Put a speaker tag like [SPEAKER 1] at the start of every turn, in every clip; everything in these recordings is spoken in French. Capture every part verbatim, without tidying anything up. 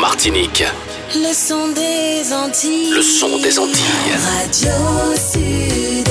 [SPEAKER 1] Martinique.
[SPEAKER 2] Le son des Antilles.
[SPEAKER 1] Le son des Antilles.
[SPEAKER 2] Radio Sud-Est.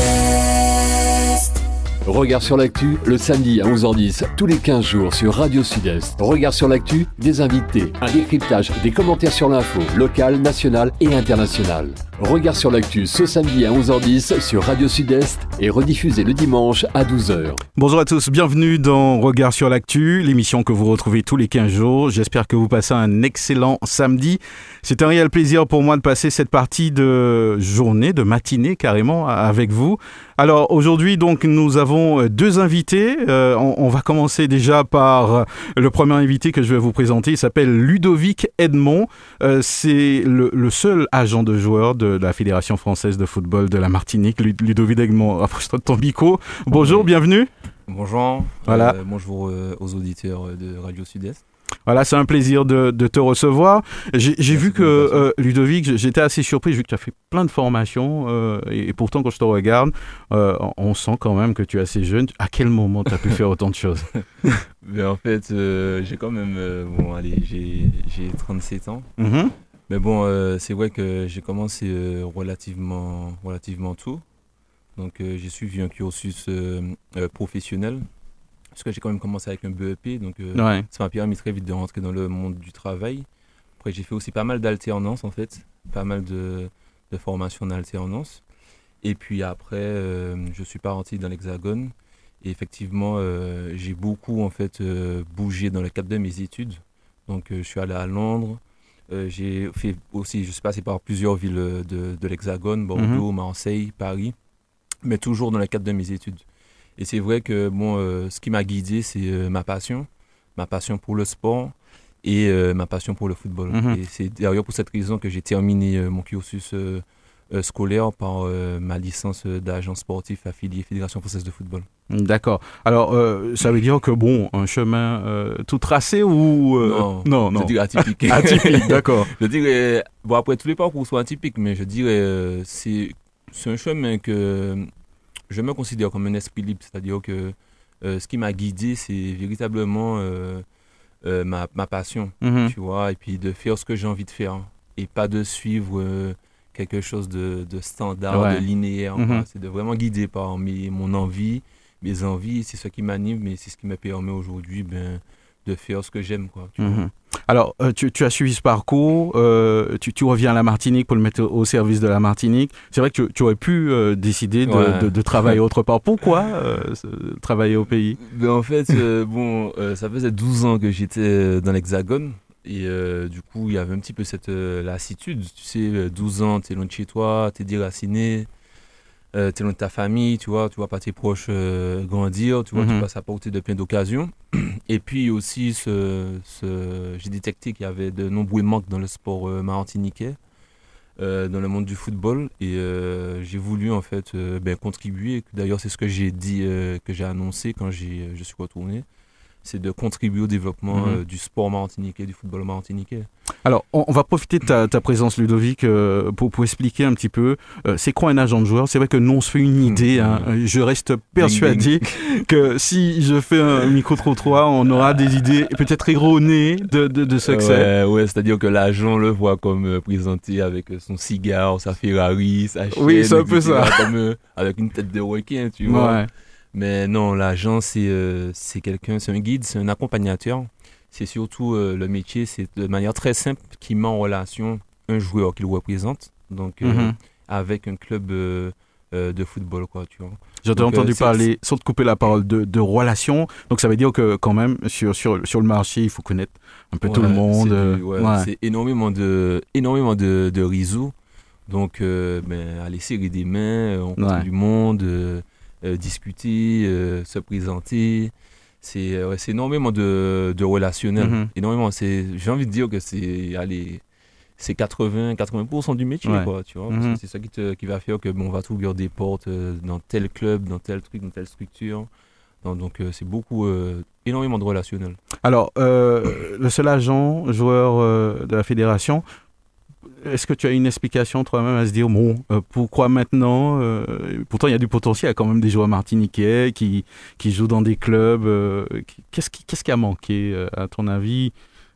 [SPEAKER 3] Regard sur l'actu, le samedi à onze heures dix, tous les quinze jours sur Radio Sud-Est. Regard sur l'actu, des invités, un décryptage, des commentaires sur l'info, locale, nationale et internationale. Regard sur l'actu ce samedi à onze heures dix sur Radio Sud-Est et rediffusé le dimanche à douze heures.
[SPEAKER 4] Bonjour à tous, bienvenue dans Regard sur l'actu, l'émission que vous retrouvez tous les quinze jours. J'espère que vous passez un excellent samedi. C'est un réel plaisir pour moi de passer cette partie de journée, de matinée carrément avec vous. Alors aujourd'hui donc nous avons deux invités. Euh, on, on va commencer déjà par le premier invité que je vais vous présenter. Il s'appelle Ludovic Edmond. Euh, c'est le, le seul agent de joueur de la Fédération française de football de la Martinique. Ludovic Edmond, rapproche-toi de ton bico. Bonjour, oui. Bienvenue.
[SPEAKER 5] Bonjour.
[SPEAKER 4] Voilà.
[SPEAKER 5] Euh, bonjour euh, aux auditeurs de Radio Sud-Est.
[SPEAKER 4] Voilà, c'est un plaisir de, de te recevoir. J'ai, j'ai vu que, euh, Ludovic, j'étais assez surpris, j'ai vu que tu as fait plein de formations, euh, et, et pourtant, quand je te regarde, euh, on sent quand même que tu es assez jeune. À quel moment tu as pu faire autant de choses?
[SPEAKER 5] Mais en fait, euh, j'ai quand même, euh, bon, allez, j'ai, j'ai trente-sept ans.
[SPEAKER 4] Mm-hmm.
[SPEAKER 5] Mais bon, euh, c'est vrai que j'ai commencé euh, relativement, relativement tôt. Donc, euh, j'ai suivi un cursus euh, euh, professionnel. Parce que j'ai quand même commencé avec un B E P, donc euh,
[SPEAKER 4] ouais.
[SPEAKER 5] Ça m'a permis très vite de rentrer dans le monde du travail. Après, j'ai fait aussi pas mal d'alternance, en fait, pas mal de, de formations d'alternance. Et puis après, euh, je suis parti dans l'Hexagone. Et effectivement, euh, j'ai beaucoup, en fait, euh, bougé dans le cadre de mes études. Donc, euh, je suis allé à Londres. Euh, j'ai fait aussi, je suis passé par plusieurs villes de, de l'Hexagone, Bordeaux, mm-hmm. Marseille, Paris, mais toujours dans le cadre de mes études. Et c'est vrai que bon, euh, ce qui m'a guidé, c'est euh, ma passion, ma passion pour le sport et euh, ma passion pour le football. Mm-hmm. Et c'est d'ailleurs pour cette raison que j'ai terminé euh, mon cursus euh, euh, scolaire par euh, ma licence d'agent sportif affilié Fédération française de football.
[SPEAKER 4] D'accord. Alors, euh, ça veut dire que bon, un chemin euh, tout tracé ou euh,
[SPEAKER 5] non,
[SPEAKER 4] non, non,
[SPEAKER 5] je dirais atypique.
[SPEAKER 4] Atypique, d'accord.
[SPEAKER 5] Je dirais, bon après tous les parcours sont atypiques, mais je dirais euh, c'est c'est un chemin que je me considère comme un esprit libre, c'est-à-dire que euh, ce qui m'a guidé, c'est véritablement euh, euh, ma, ma passion, mm-hmm. tu vois, et puis de faire ce que j'ai envie de faire, et pas de suivre euh, quelque chose de, de standard, ouais. de linéaire.
[SPEAKER 4] Mm-hmm.
[SPEAKER 5] C'est de vraiment guider par mes, mon envie, mes envies, c'est ce qui m'anime, mais c'est ce qui me permet aujourd'hui ben, de faire ce que j'aime, quoi. Tu
[SPEAKER 4] mm-hmm.
[SPEAKER 5] vois.
[SPEAKER 4] Alors, euh, tu, tu as suivi ce parcours, euh, tu, tu reviens à la Martinique pour le mettre au service de la Martinique. C'est vrai que tu, tu aurais pu euh, décider de, ouais. de, de travailler autre part. Pourquoi euh, travailler au pays?
[SPEAKER 5] Ben en fait, euh, bon, euh, ça faisait douze ans que j'étais dans l'Hexagone. Et euh, du coup, il y avait un petit peu cette euh, lassitude. Tu sais, douze ans, tu es loin de chez toi, tu es déraciné, euh, tu es loin de ta famille, tu vois, tu vois pas tes proches euh, grandir, tu vois, mm-hmm. tu passes à portée de plein d'occasions. Et puis aussi, ce, ce, j'ai détecté qu'il y avait de nombreux manques dans le sport euh, martiniquais, euh, dans le monde du football. Et euh, j'ai voulu en fait euh, ben, contribuer. D'ailleurs, c'est ce que j'ai dit, euh, que j'ai annoncé quand j'ai, je suis retourné. C'est de contribuer au développement mmh. euh, du sport martiniquais, du football martiniquais.
[SPEAKER 4] Alors, on, on va profiter de ta, ta présence, Ludovic, euh, pour, pour expliquer un petit peu euh, c'est quoi un agent de joueur. C'est vrai que nous, on se fait une idée. Mmh. Hein. Je reste persuadé ding, ding. que si je fais un micro-trottoir, on aura des idées peut-être erronées de, de, de ce que c'est.
[SPEAKER 5] Ouais, ouais, c'est-à-dire que l'agent le voit comme euh, présenté avec son cigare, sa Ferrari, sa chaîne.
[SPEAKER 4] Oui, c'est un peu ça.
[SPEAKER 5] Comme, euh, avec une tête de requin, tu vois.
[SPEAKER 4] Ouais.
[SPEAKER 5] Mais non, l'agent, c'est, euh, c'est quelqu'un, c'est un guide, c'est un accompagnateur. C'est surtout euh, le métier, c'est de manière très simple qui met en relation un joueur qu'il représente, donc euh, mm-hmm. avec un club euh, euh, de football, quoi, tu vois.
[SPEAKER 4] J'ai entendu euh, parler, sans te couper la parole, de, de relation. Donc ça veut dire que quand même, sur, sur, sur le marché, il faut connaître un peu ouais, tout le monde.
[SPEAKER 5] C'est, ouais, ouais. c'est énormément de, énormément de, de réseaux. Donc, euh, ben, aller serrer des mains, on ouais. du monde... Euh, Euh, discuter, euh, se présenter, c'est, euh, c'est énormément de, de relationnel. Mm-hmm. Énormément, c'est, j'ai envie de dire que c'est, allez, c'est quatre-vingts à quatre-vingts pour cent du métier, ouais. quoi, tu vois, mm-hmm. parce que c'est ça qui, te, qui va faire que bon, on va t'ouvrir des portes euh, dans tel club, dans tel truc, dans telle structure. Donc, donc euh, c'est beaucoup, euh, énormément de relationnel.
[SPEAKER 4] Alors, euh, le seul agent, joueur euh, de la fédération, est-ce que tu as une explication toi-même à se dire, bon, euh, pourquoi maintenant euh, pourtant, il y a du potentiel, il y a quand même des joueurs martiniquais qui, qui jouent dans des clubs. Euh, qui, qu'est-ce, qui, qu'est-ce qui a manqué, euh, à ton avis,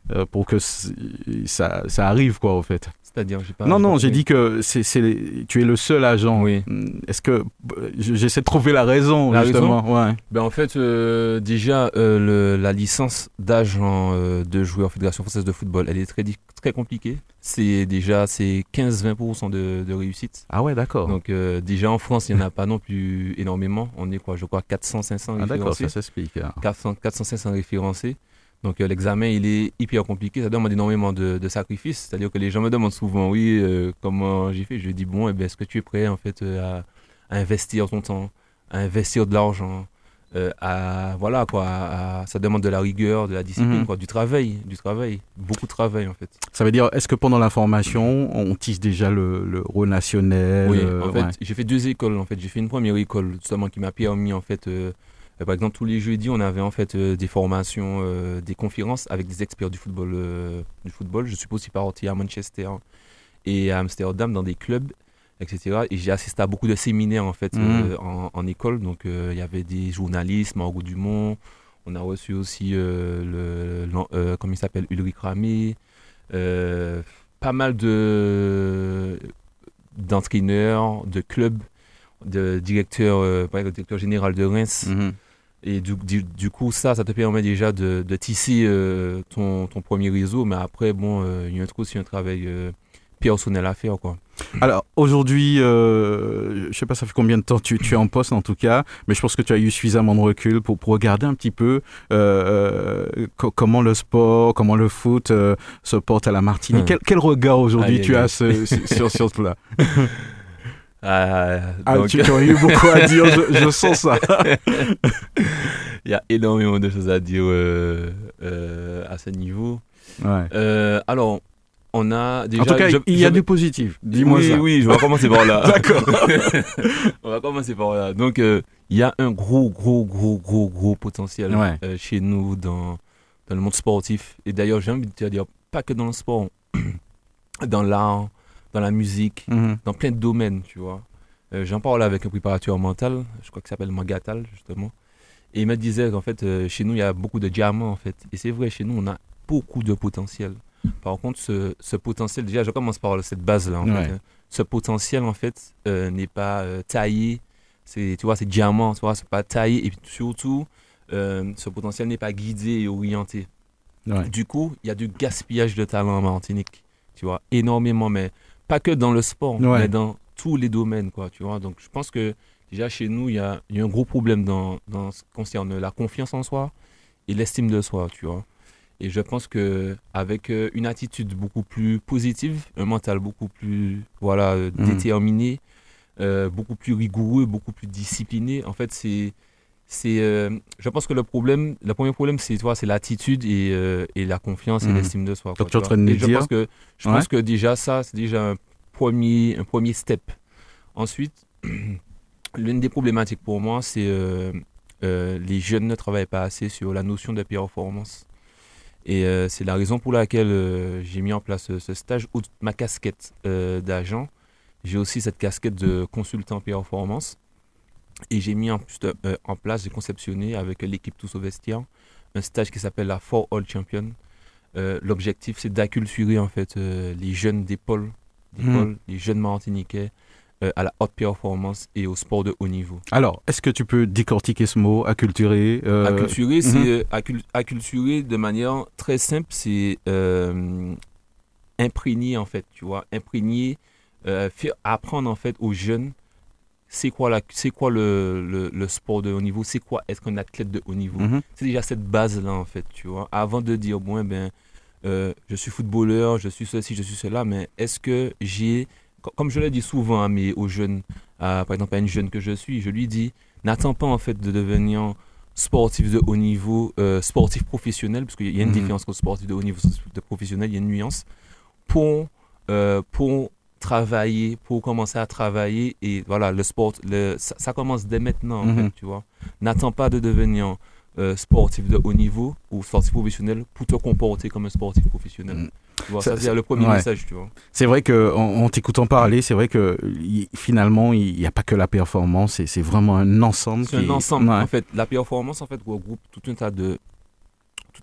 [SPEAKER 4] euh, pour que ça, ça arrive, quoi, au fait.
[SPEAKER 5] C'est-à-dire, j'ai pas...
[SPEAKER 4] Non,
[SPEAKER 5] j'ai
[SPEAKER 4] non,
[SPEAKER 5] pas
[SPEAKER 4] j'ai
[SPEAKER 5] compris.
[SPEAKER 4] dit que c'est, c'est les- tu es le seul agent.
[SPEAKER 5] Oui.
[SPEAKER 4] Est-ce que... J'essaie de trouver la raison,
[SPEAKER 5] La
[SPEAKER 4] justement. Ouais.
[SPEAKER 5] Ben en fait, euh, déjà, euh, le- la licence d'agent euh, de joueur Fédération française de football, elle est très, di- très compliquée. C'est déjà c'est quinze à vingt pour cent de, de réussite.
[SPEAKER 4] Ah ouais, d'accord.
[SPEAKER 5] Donc euh, déjà en France, il n'y en a pas non plus énormément. On est quoi, je crois, quatre cents à cinq cents
[SPEAKER 4] Ah d'accord,
[SPEAKER 5] référencés.
[SPEAKER 4] ça s'explique. hein.
[SPEAKER 5] quatre cents à cinq cents référencés. Donc euh, l'examen, il est hyper compliqué. Ça demande énormément de, de sacrifices. C'est-à-dire que les gens me demandent souvent, oui, euh, comment j'ai fait. Je dis, bon, eh ben, est-ce que tu es prêt en fait euh, à, à investir ton temps, à investir de l'argent, euh, à voilà quoi, à- à- ça demande de la rigueur, de la discipline,
[SPEAKER 4] Mhm.
[SPEAKER 5] quoi, du travail, du travail, beaucoup de travail en fait.
[SPEAKER 4] Ça veut dire, est-ce que pendant la formation, on tisse déjà le, le relationnel
[SPEAKER 5] Oui,
[SPEAKER 4] euh,
[SPEAKER 5] en fait,
[SPEAKER 4] ouais.
[SPEAKER 5] j'ai fait deux écoles en fait. J'ai fait une première école justement qui m'a permis en fait, euh, euh, par exemple tous les jeudis, on avait en fait euh, des formations, euh, des conférences avec des experts du football, euh, du football. Je suis aussi parti à Manchester et à Amsterdam dans des clubs, et cetera. Et j'ai assisté à beaucoup de séminaires en fait
[SPEAKER 4] Mhm.
[SPEAKER 5] euh, en, en école. Donc euh, il y avait des journalistes, Margot Dumont. On a reçu aussi euh, le, l'en- euh, comment il s'appelle, Ulrich Ramé. Euh, pas mal de d'entraîneurs, de clubs, de directeurs, euh, par exemple, le directeur général de Reims.
[SPEAKER 4] Mhm.
[SPEAKER 5] Et du, du, du coup, ça, ça te permet déjà de, de tisser euh, ton, ton premier réseau. Mais après, bon, euh, il y a aussi un travail euh, personnel à faire, quoi.
[SPEAKER 4] Alors aujourd'hui, euh, je sais pas ça fait combien de temps tu, tu es en poste en tout cas, mais je pense que tu as eu suffisamment de recul pour, pour regarder un petit peu euh, euh, co- comment le sport, comment le foot euh, se porte à la Martinique.
[SPEAKER 5] Hum.
[SPEAKER 4] Quel, quel regard aujourd'hui
[SPEAKER 5] Aïe,
[SPEAKER 4] tu
[SPEAKER 5] aïe,
[SPEAKER 4] as ce- ce- sur, sur cela
[SPEAKER 5] Ah,
[SPEAKER 4] Ah,
[SPEAKER 5] donc,
[SPEAKER 4] tu, tu as eu beaucoup à dire, je, je sens ça.
[SPEAKER 5] il y a énormément de choses à dire euh, euh, à ce niveau.
[SPEAKER 4] Ouais.
[SPEAKER 5] Euh, alors, on a déjà...
[SPEAKER 4] En tout cas,
[SPEAKER 5] je-
[SPEAKER 4] il y a
[SPEAKER 5] je-
[SPEAKER 4] du positif. Dis-moi
[SPEAKER 5] oui,
[SPEAKER 4] ça.
[SPEAKER 5] oui, je vais commencer par là.
[SPEAKER 4] D'accord.
[SPEAKER 5] On va commencer par là. Donc, euh, il y a un gros, gros, gros, gros, gros potentiel
[SPEAKER 4] Ouais.
[SPEAKER 5] euh, chez nous dans, dans le monde sportif. Et d'ailleurs, j'ai envie de te dire, pas que dans le sport, dans l'art, dans la musique,
[SPEAKER 4] Mhm.
[SPEAKER 5] dans plein de domaines, tu vois. Euh, j'en parlais avec un préparateur mental, je crois qu'il s'appelle Magatal, justement. Et il me disait qu'en fait, euh, chez nous, il y a beaucoup de diamants, en fait. Et c'est vrai, chez nous, on a beaucoup de potentiel. Par contre, ce, ce potentiel, déjà, je commence par cette base-là, en
[SPEAKER 4] Ouais.
[SPEAKER 5] fait. hein. Ce potentiel, en fait, euh, n'est pas euh, taillé. C'est, tu vois, c'est diamant, tu vois, c'est pas taillé. Et puis, surtout, euh, ce potentiel n'est pas guidé et orienté.
[SPEAKER 4] Ouais.
[SPEAKER 5] Du coup, il y a du gaspillage de talent en Martinique, tu vois, énormément, mais pas que dans le sport,
[SPEAKER 4] Ouais.
[SPEAKER 5] mais dans tous les domaines, quoi, tu vois. Donc, je pense que déjà chez nous, il y a, il y a un gros problème dans, dans ce qui concerne la confiance en soi et l'estime de soi, tu vois. Et je pense que avec euh, une attitude beaucoup plus positive, un mental beaucoup plus, voilà, euh,
[SPEAKER 4] Mhm.
[SPEAKER 5] déterminé, euh, beaucoup plus rigoureux, beaucoup plus discipliné, en fait, c'est c'est, euh, je pense que le problème, le premier problème, c'est, tu vois, c'est l'attitude et, euh, et la confiance et
[SPEAKER 4] Mhm.
[SPEAKER 5] l'estime de soi. quoi,
[SPEAKER 4] Donc, tu es en
[SPEAKER 5] vois.
[SPEAKER 4] train de me
[SPEAKER 5] Et je
[SPEAKER 4] dire-
[SPEAKER 5] pense que, je
[SPEAKER 4] Ouais.
[SPEAKER 5] pense que déjà ça, c'est déjà un premier, un premier step. Ensuite, l'une des problématiques pour moi, c'est euh, euh, les jeunes ne travaillent pas assez sur la notion de performance. Et euh, c'est la raison pour laquelle euh, j'ai mis en place ce, ce stage. Outre ma casquette euh, d'agent, j'ai aussi cette casquette de consultant performance. Et j'ai mis en, plus de- euh, en place, j'ai conceptionné avec l'équipe Tous au Vestiaire un stage qui s'appelle la For All Champion. Euh, L'objectif, c'est d'acculturer en fait euh, les jeunes des pôles, des
[SPEAKER 4] Mhm.
[SPEAKER 5] pôles, les jeunes martiniquais euh, à la haute performance et au sport de haut niveau.
[SPEAKER 4] Alors, est-ce que tu peux décortiquer ce mot, acculturer euh,
[SPEAKER 5] Acculturer, c'est
[SPEAKER 4] mhm.
[SPEAKER 5] euh, accul- acculturer de manière très simple, c'est euh, imprégner en fait, tu vois, imprégner, euh, faire apprendre en fait aux jeunes c'est quoi, la, c'est quoi le, le, le sport de haut niveau, c'est quoi être un athlète de haut niveau.
[SPEAKER 4] Mhm.
[SPEAKER 5] C'est déjà cette base-là en fait, tu vois. Avant de dire, bon, eh ben, euh, je suis footballeur, je suis ceci, je suis cela, mais est-ce que j'ai, co- comme je le dis souvent à mes, aux jeunes, à, par exemple à une jeune que je suis, je lui dis, n'attends pas en fait de devenir sportif de haut niveau, euh, sportif professionnel, parce qu'il y a une
[SPEAKER 4] Mhm.
[SPEAKER 5] différence entre sportif de haut niveau et sportif de professionnel, il y a une nuance, pour, euh, pour travailler, pour commencer à travailler, et voilà, le sport, le, ça, ça commence dès maintenant en
[SPEAKER 4] Mhm.
[SPEAKER 5] fait, tu vois. N'attends pas de devenir euh, sportif de haut niveau ou sportif professionnel pour te comporter comme un sportif professionnel.
[SPEAKER 4] Mm.
[SPEAKER 5] Tu vois,
[SPEAKER 4] Ça,
[SPEAKER 5] ça,
[SPEAKER 4] c'est-
[SPEAKER 5] c'est le premier
[SPEAKER 4] ouais.
[SPEAKER 5] message, tu vois.
[SPEAKER 4] C'est vrai que en, en t'écoutant parler, c'est vrai que y- finalement, il n'y a pas que la performance, c'est, c'est vraiment un ensemble.
[SPEAKER 5] C'est
[SPEAKER 4] qui
[SPEAKER 5] un ensemble.
[SPEAKER 4] Ouais.
[SPEAKER 5] En fait, la performance en fait regroupe tout un tas de tout un,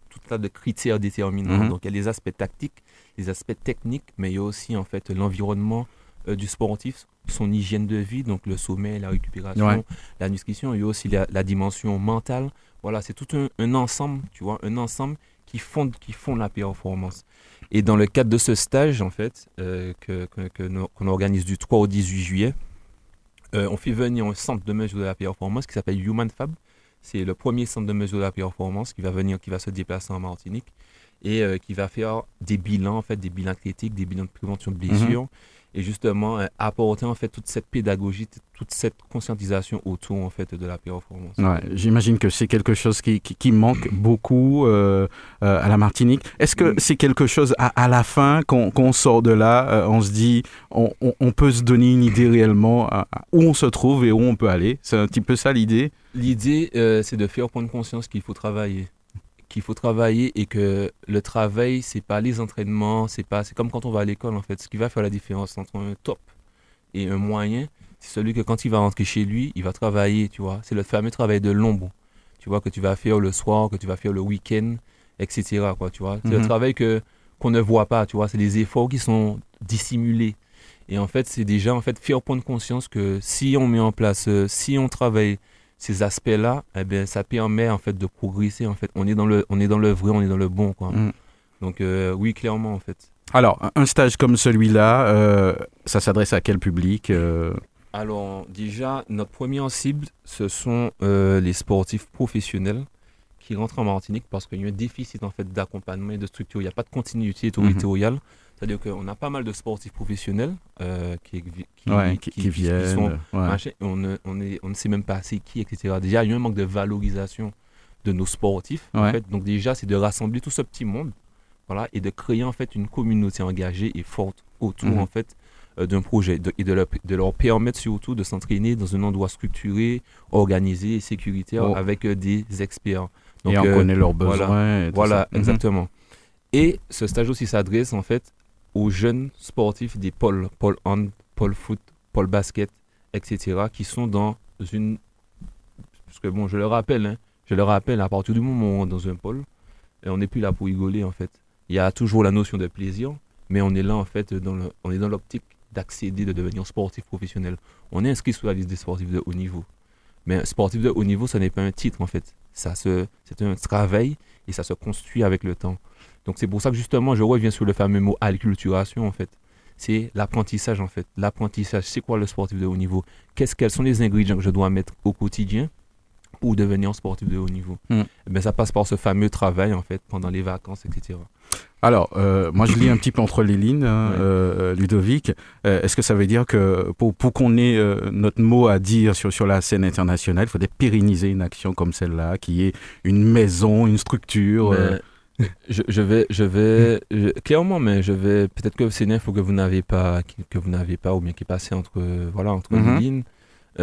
[SPEAKER 5] tout tas de critères déterminants.
[SPEAKER 4] Mhm.
[SPEAKER 5] Donc, il y a les aspects tactiques, les aspects techniques, mais il y a aussi en fait l'environnement euh, du sportif, son hygiène de vie, donc le sommeil, la récupération,
[SPEAKER 4] Ouais.
[SPEAKER 5] la nutrition. Il y a aussi la, la dimension mentale. Voilà, c'est tout un, un ensemble, tu vois, un ensemble qui fonde, qui fonde la performance. Et dans le cadre de ce stage, en fait, euh, que, que, que nous- qu'on organise du trois au dix-huit juillet, euh, on fait venir un centre de mesure de la performance qui s'appelle HumanFab. C'est le premier centre de mesure de la performance qui va venir, qui va se déplacer en Martinique et euh, qui va faire des bilans, en fait, des bilans critiques, des bilans de prévention de blessures. Et justement, euh, apporter en fait toute cette pédagogie, t- toute cette conscientisation autour en fait de la performance.
[SPEAKER 4] Ouais, j'imagine que c'est quelque chose qui, qui, qui manque beaucoup euh, euh, à la Martinique. Est-ce que
[SPEAKER 5] Mm.
[SPEAKER 4] c'est quelque chose à, à la fin, qu'on qu'on sort de là, euh, on se dit, on, on, on peut se donner une idée réellement à, à où on se trouve et où on peut aller? C'est un petit peu ça l'idée?
[SPEAKER 5] L'idée, euh, c'est de faire prendre conscience qu'il faut travailler, qu'il faut travailler et que le travail, c'est pas les entraînements, c'est pas, c'est comme quand on va à l'école en fait. Ce qui va faire la différence entre un top et un moyen, c'est celui que quand il va rentrer chez lui, il va travailler, tu vois. C'est le fameux travail de l'ombre, tu vois, que tu vas faire le soir, que tu vas faire le week-end, et cetera. Quoi, tu vois. C'est
[SPEAKER 4] Mhm.
[SPEAKER 5] le travail que qu'on ne voit pas, tu vois. C'est des efforts qui sont dissimulés. Et en fait, c'est déjà en fait faire prendre conscience que si on met en place, euh, si on travaille ces aspects-là, eh bien, ça permet en fait de progresser. En fait, on est dans le, on est dans le vrai, on est dans le bon, quoi.
[SPEAKER 4] Mm.
[SPEAKER 5] Donc euh, oui, clairement, en fait.
[SPEAKER 4] Alors, un- un stage comme celui-là, euh, ça s'adresse à quel public euh
[SPEAKER 5] Alors déjà, notre première cible, ce sont euh, les sportifs professionnels qui rentrent en Martinique parce qu'il y a un déficit en fait d'accompagnement et de structure. Il n'y a pas de continuité territoriale. C'est-à-dire qu'on a pas mal de sportifs professionnels euh, qui, qui,
[SPEAKER 4] Ouais, qui, qui viennent.
[SPEAKER 5] sont
[SPEAKER 4] ouais.
[SPEAKER 5] machin, et on, ne, on, est, on ne sait même pas c'est qui, et cetera. Déjà, il y a un manque de valorisation de nos sportifs. En
[SPEAKER 4] Ouais.
[SPEAKER 5] fait. Donc déjà, c'est de rassembler tout ce petit monde, voilà, et de créer en fait une communauté engagée et forte autour
[SPEAKER 4] Mhm.
[SPEAKER 5] en fait euh, d'un projet de- et de leur, de leur permettre surtout de s'entraîner dans un endroit structuré, organisé et sécuritaire
[SPEAKER 4] Oh.
[SPEAKER 5] avec euh, des experts. Donc,
[SPEAKER 4] Et on
[SPEAKER 5] euh,
[SPEAKER 4] connaît leurs besoins.
[SPEAKER 5] voilà,
[SPEAKER 4] et tout
[SPEAKER 5] voilà,
[SPEAKER 4] ça. Mhm.
[SPEAKER 5] exactement. Et ce stage aussi s'adresse en fait aux jeunes sportifs des pôles, pôle hand, pôle foot, pôle basket, et cetera, qui sont dans une... Parce que bon, je le rappelle, hein, je le rappelle, à partir du moment où on est dans un pôle, et on n'est plus là pour rigoler en fait. Il y a toujours la notion de plaisir, mais on est là en fait, dans le, on est dans l'optique d'accéder, de devenir sportif professionnel. On est inscrit sur la liste des sportifs de haut niveau. Mais sportif de haut niveau, ce n'est pas un titre en fait. Ça se, c'est un travail et ça se construit avec le temps. Donc c'est pour ça que justement je reviens sur le fameux mot acculturation en fait. C'est l'apprentissage en fait. L'apprentissage, c'est quoi le sportif de haut niveau? Qu'est-ce, quels sont les ingrédients que je dois mettre au quotidien pour devenir sportif de haut niveau?
[SPEAKER 4] Mm.
[SPEAKER 5] Eh bien, ça passe par ce fameux travail en fait pendant les vacances, et cetera.
[SPEAKER 4] Alors, euh, moi je lis un petit peu entre les lignes, hein,
[SPEAKER 5] Ouais.
[SPEAKER 4] euh, Ludovic. Euh, Est-ce que ça veut dire que pour, pour qu'on ait euh, notre mot à dire sur, sur la scène internationale, il faudrait pérenniser une action comme celle-là, qui est une maison, une structure euh,
[SPEAKER 5] Mais je, je vais, je vais, je- clairement, mais je vais, peut-être que c'est une info que vous n'avez pas, que que vous n'avez pas, ou bien qui est passée entre, voilà, entre
[SPEAKER 4] Mhm.
[SPEAKER 5] les lignes.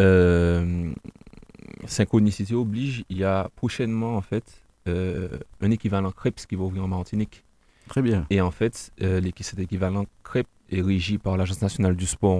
[SPEAKER 5] Euh, synchronicité oblige, il y a prochainement, en fait, euh, un équivalent C R E P S qui va ouvrir en Martinique.
[SPEAKER 4] Très bien.
[SPEAKER 5] Et en fait, euh, l'équi- cet équivalent C R E P est régi par l'Agence nationale du sport,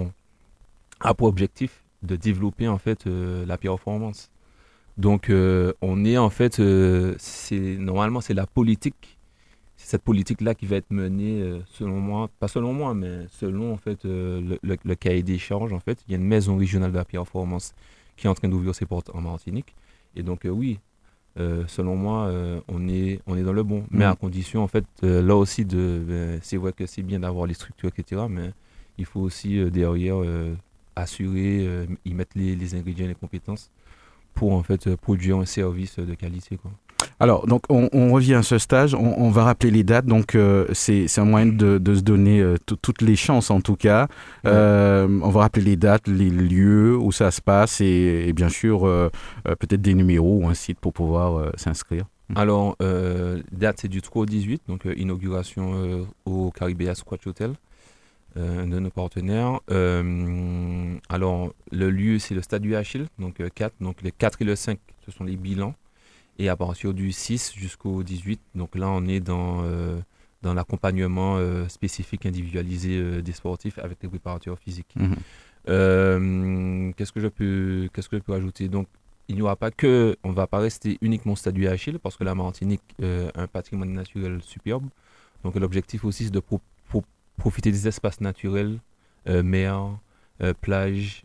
[SPEAKER 5] a pour objectif de développer, en fait, euh, la performance. Donc, euh, on est en fait, euh, c'est normalement c'est la politique, c'est cette politique-là qui va être menée, euh, selon moi, pas selon moi, mais selon en fait euh, le, le- le cahier des charges. En fait, il y a une maison régionale de la performance qui est en train d'ouvrir ses portes en Martinique. Et donc, euh, oui, euh, selon moi, euh, on est on est dans le bon, mais
[SPEAKER 4] Mhm.
[SPEAKER 5] à condition en fait, euh, là aussi de, ben, c'est vrai que c'est bien d'avoir les structures, et cetera. Mais il faut aussi euh, derrière euh, assurer, euh, y mettre les, les ingrédients, et les compétences pour en fait euh, produire un service de qualité, quoi.
[SPEAKER 4] Alors, donc, on, on revient à ce stage, on, on va rappeler les dates, donc euh, c'est c'est un moyen de, de se donner euh, tout- toutes les chances en tout cas.
[SPEAKER 5] Ouais.
[SPEAKER 4] Euh, on va rappeler les dates, les lieux où ça se passe et, et bien sûr euh, euh, peut-être des numéros ou un site pour pouvoir euh, s'inscrire.
[SPEAKER 5] Alors, euh, date c'est du trois au dix-huit, donc euh, inauguration euh, au Caribéa Squatch Hotel, euh, un de nos partenaires. Euh, alors, le lieu c'est le stade du H L, donc euh, quatre, donc les quatre et le cinq, ce sont les bilans. Et à partir du six jusqu'au dix-huit, donc là on est dans, euh, dans l'accompagnement euh, spécifique individualisé euh, des sportifs avec les préparateurs physiques.
[SPEAKER 4] Mhm.
[SPEAKER 5] Euh, qu'est-ce que je peux, qu'est-ce que je peux ajouter? Donc, il n'y aura pas que, on ne va pas rester uniquement au stade du Achille, parce que la Martinique euh, a un patrimoine naturel superbe. Donc l'objectif aussi, c'est de pro- pro- profiter des espaces naturels, euh, mer, euh, plage,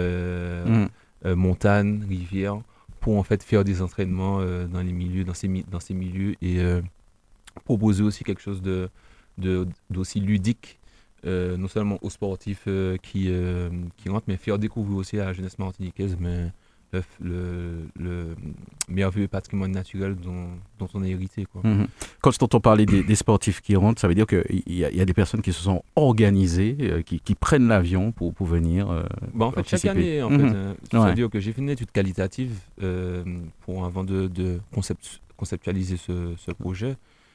[SPEAKER 5] euh,
[SPEAKER 4] Mm.
[SPEAKER 5] euh, montagne, rivière, pour en fait faire des entraînements euh, dans les milieux, dans ces, mi- dans ces milieux et euh, proposer aussi quelque chose de, de, d'aussi ludique, euh, non seulement aux sportifs euh, qui, euh, qui rentrent, mais faire découvrir aussi à la jeunesse martiniquaise mais le, le, le merveilleux patrimoine naturel dont, dont on est hérité, quoi.
[SPEAKER 4] Mhm. Quand je t'entends parler des, des sportifs qui rentrent, ça veut dire qu'il y, a- il y a des personnes qui se sont organisées, euh, qui, qui prennent l'avion pour, pour venir. euh,
[SPEAKER 5] Bah, en fait, chaque
[SPEAKER 4] participer.
[SPEAKER 5] année, en
[SPEAKER 4] Mhm.
[SPEAKER 5] fait, euh,
[SPEAKER 4] Ouais.
[SPEAKER 5] c'est-à-dire que j'ai fait une étude qualitative euh, pour, avant de, de concept- conceptualiser ce, ce projet.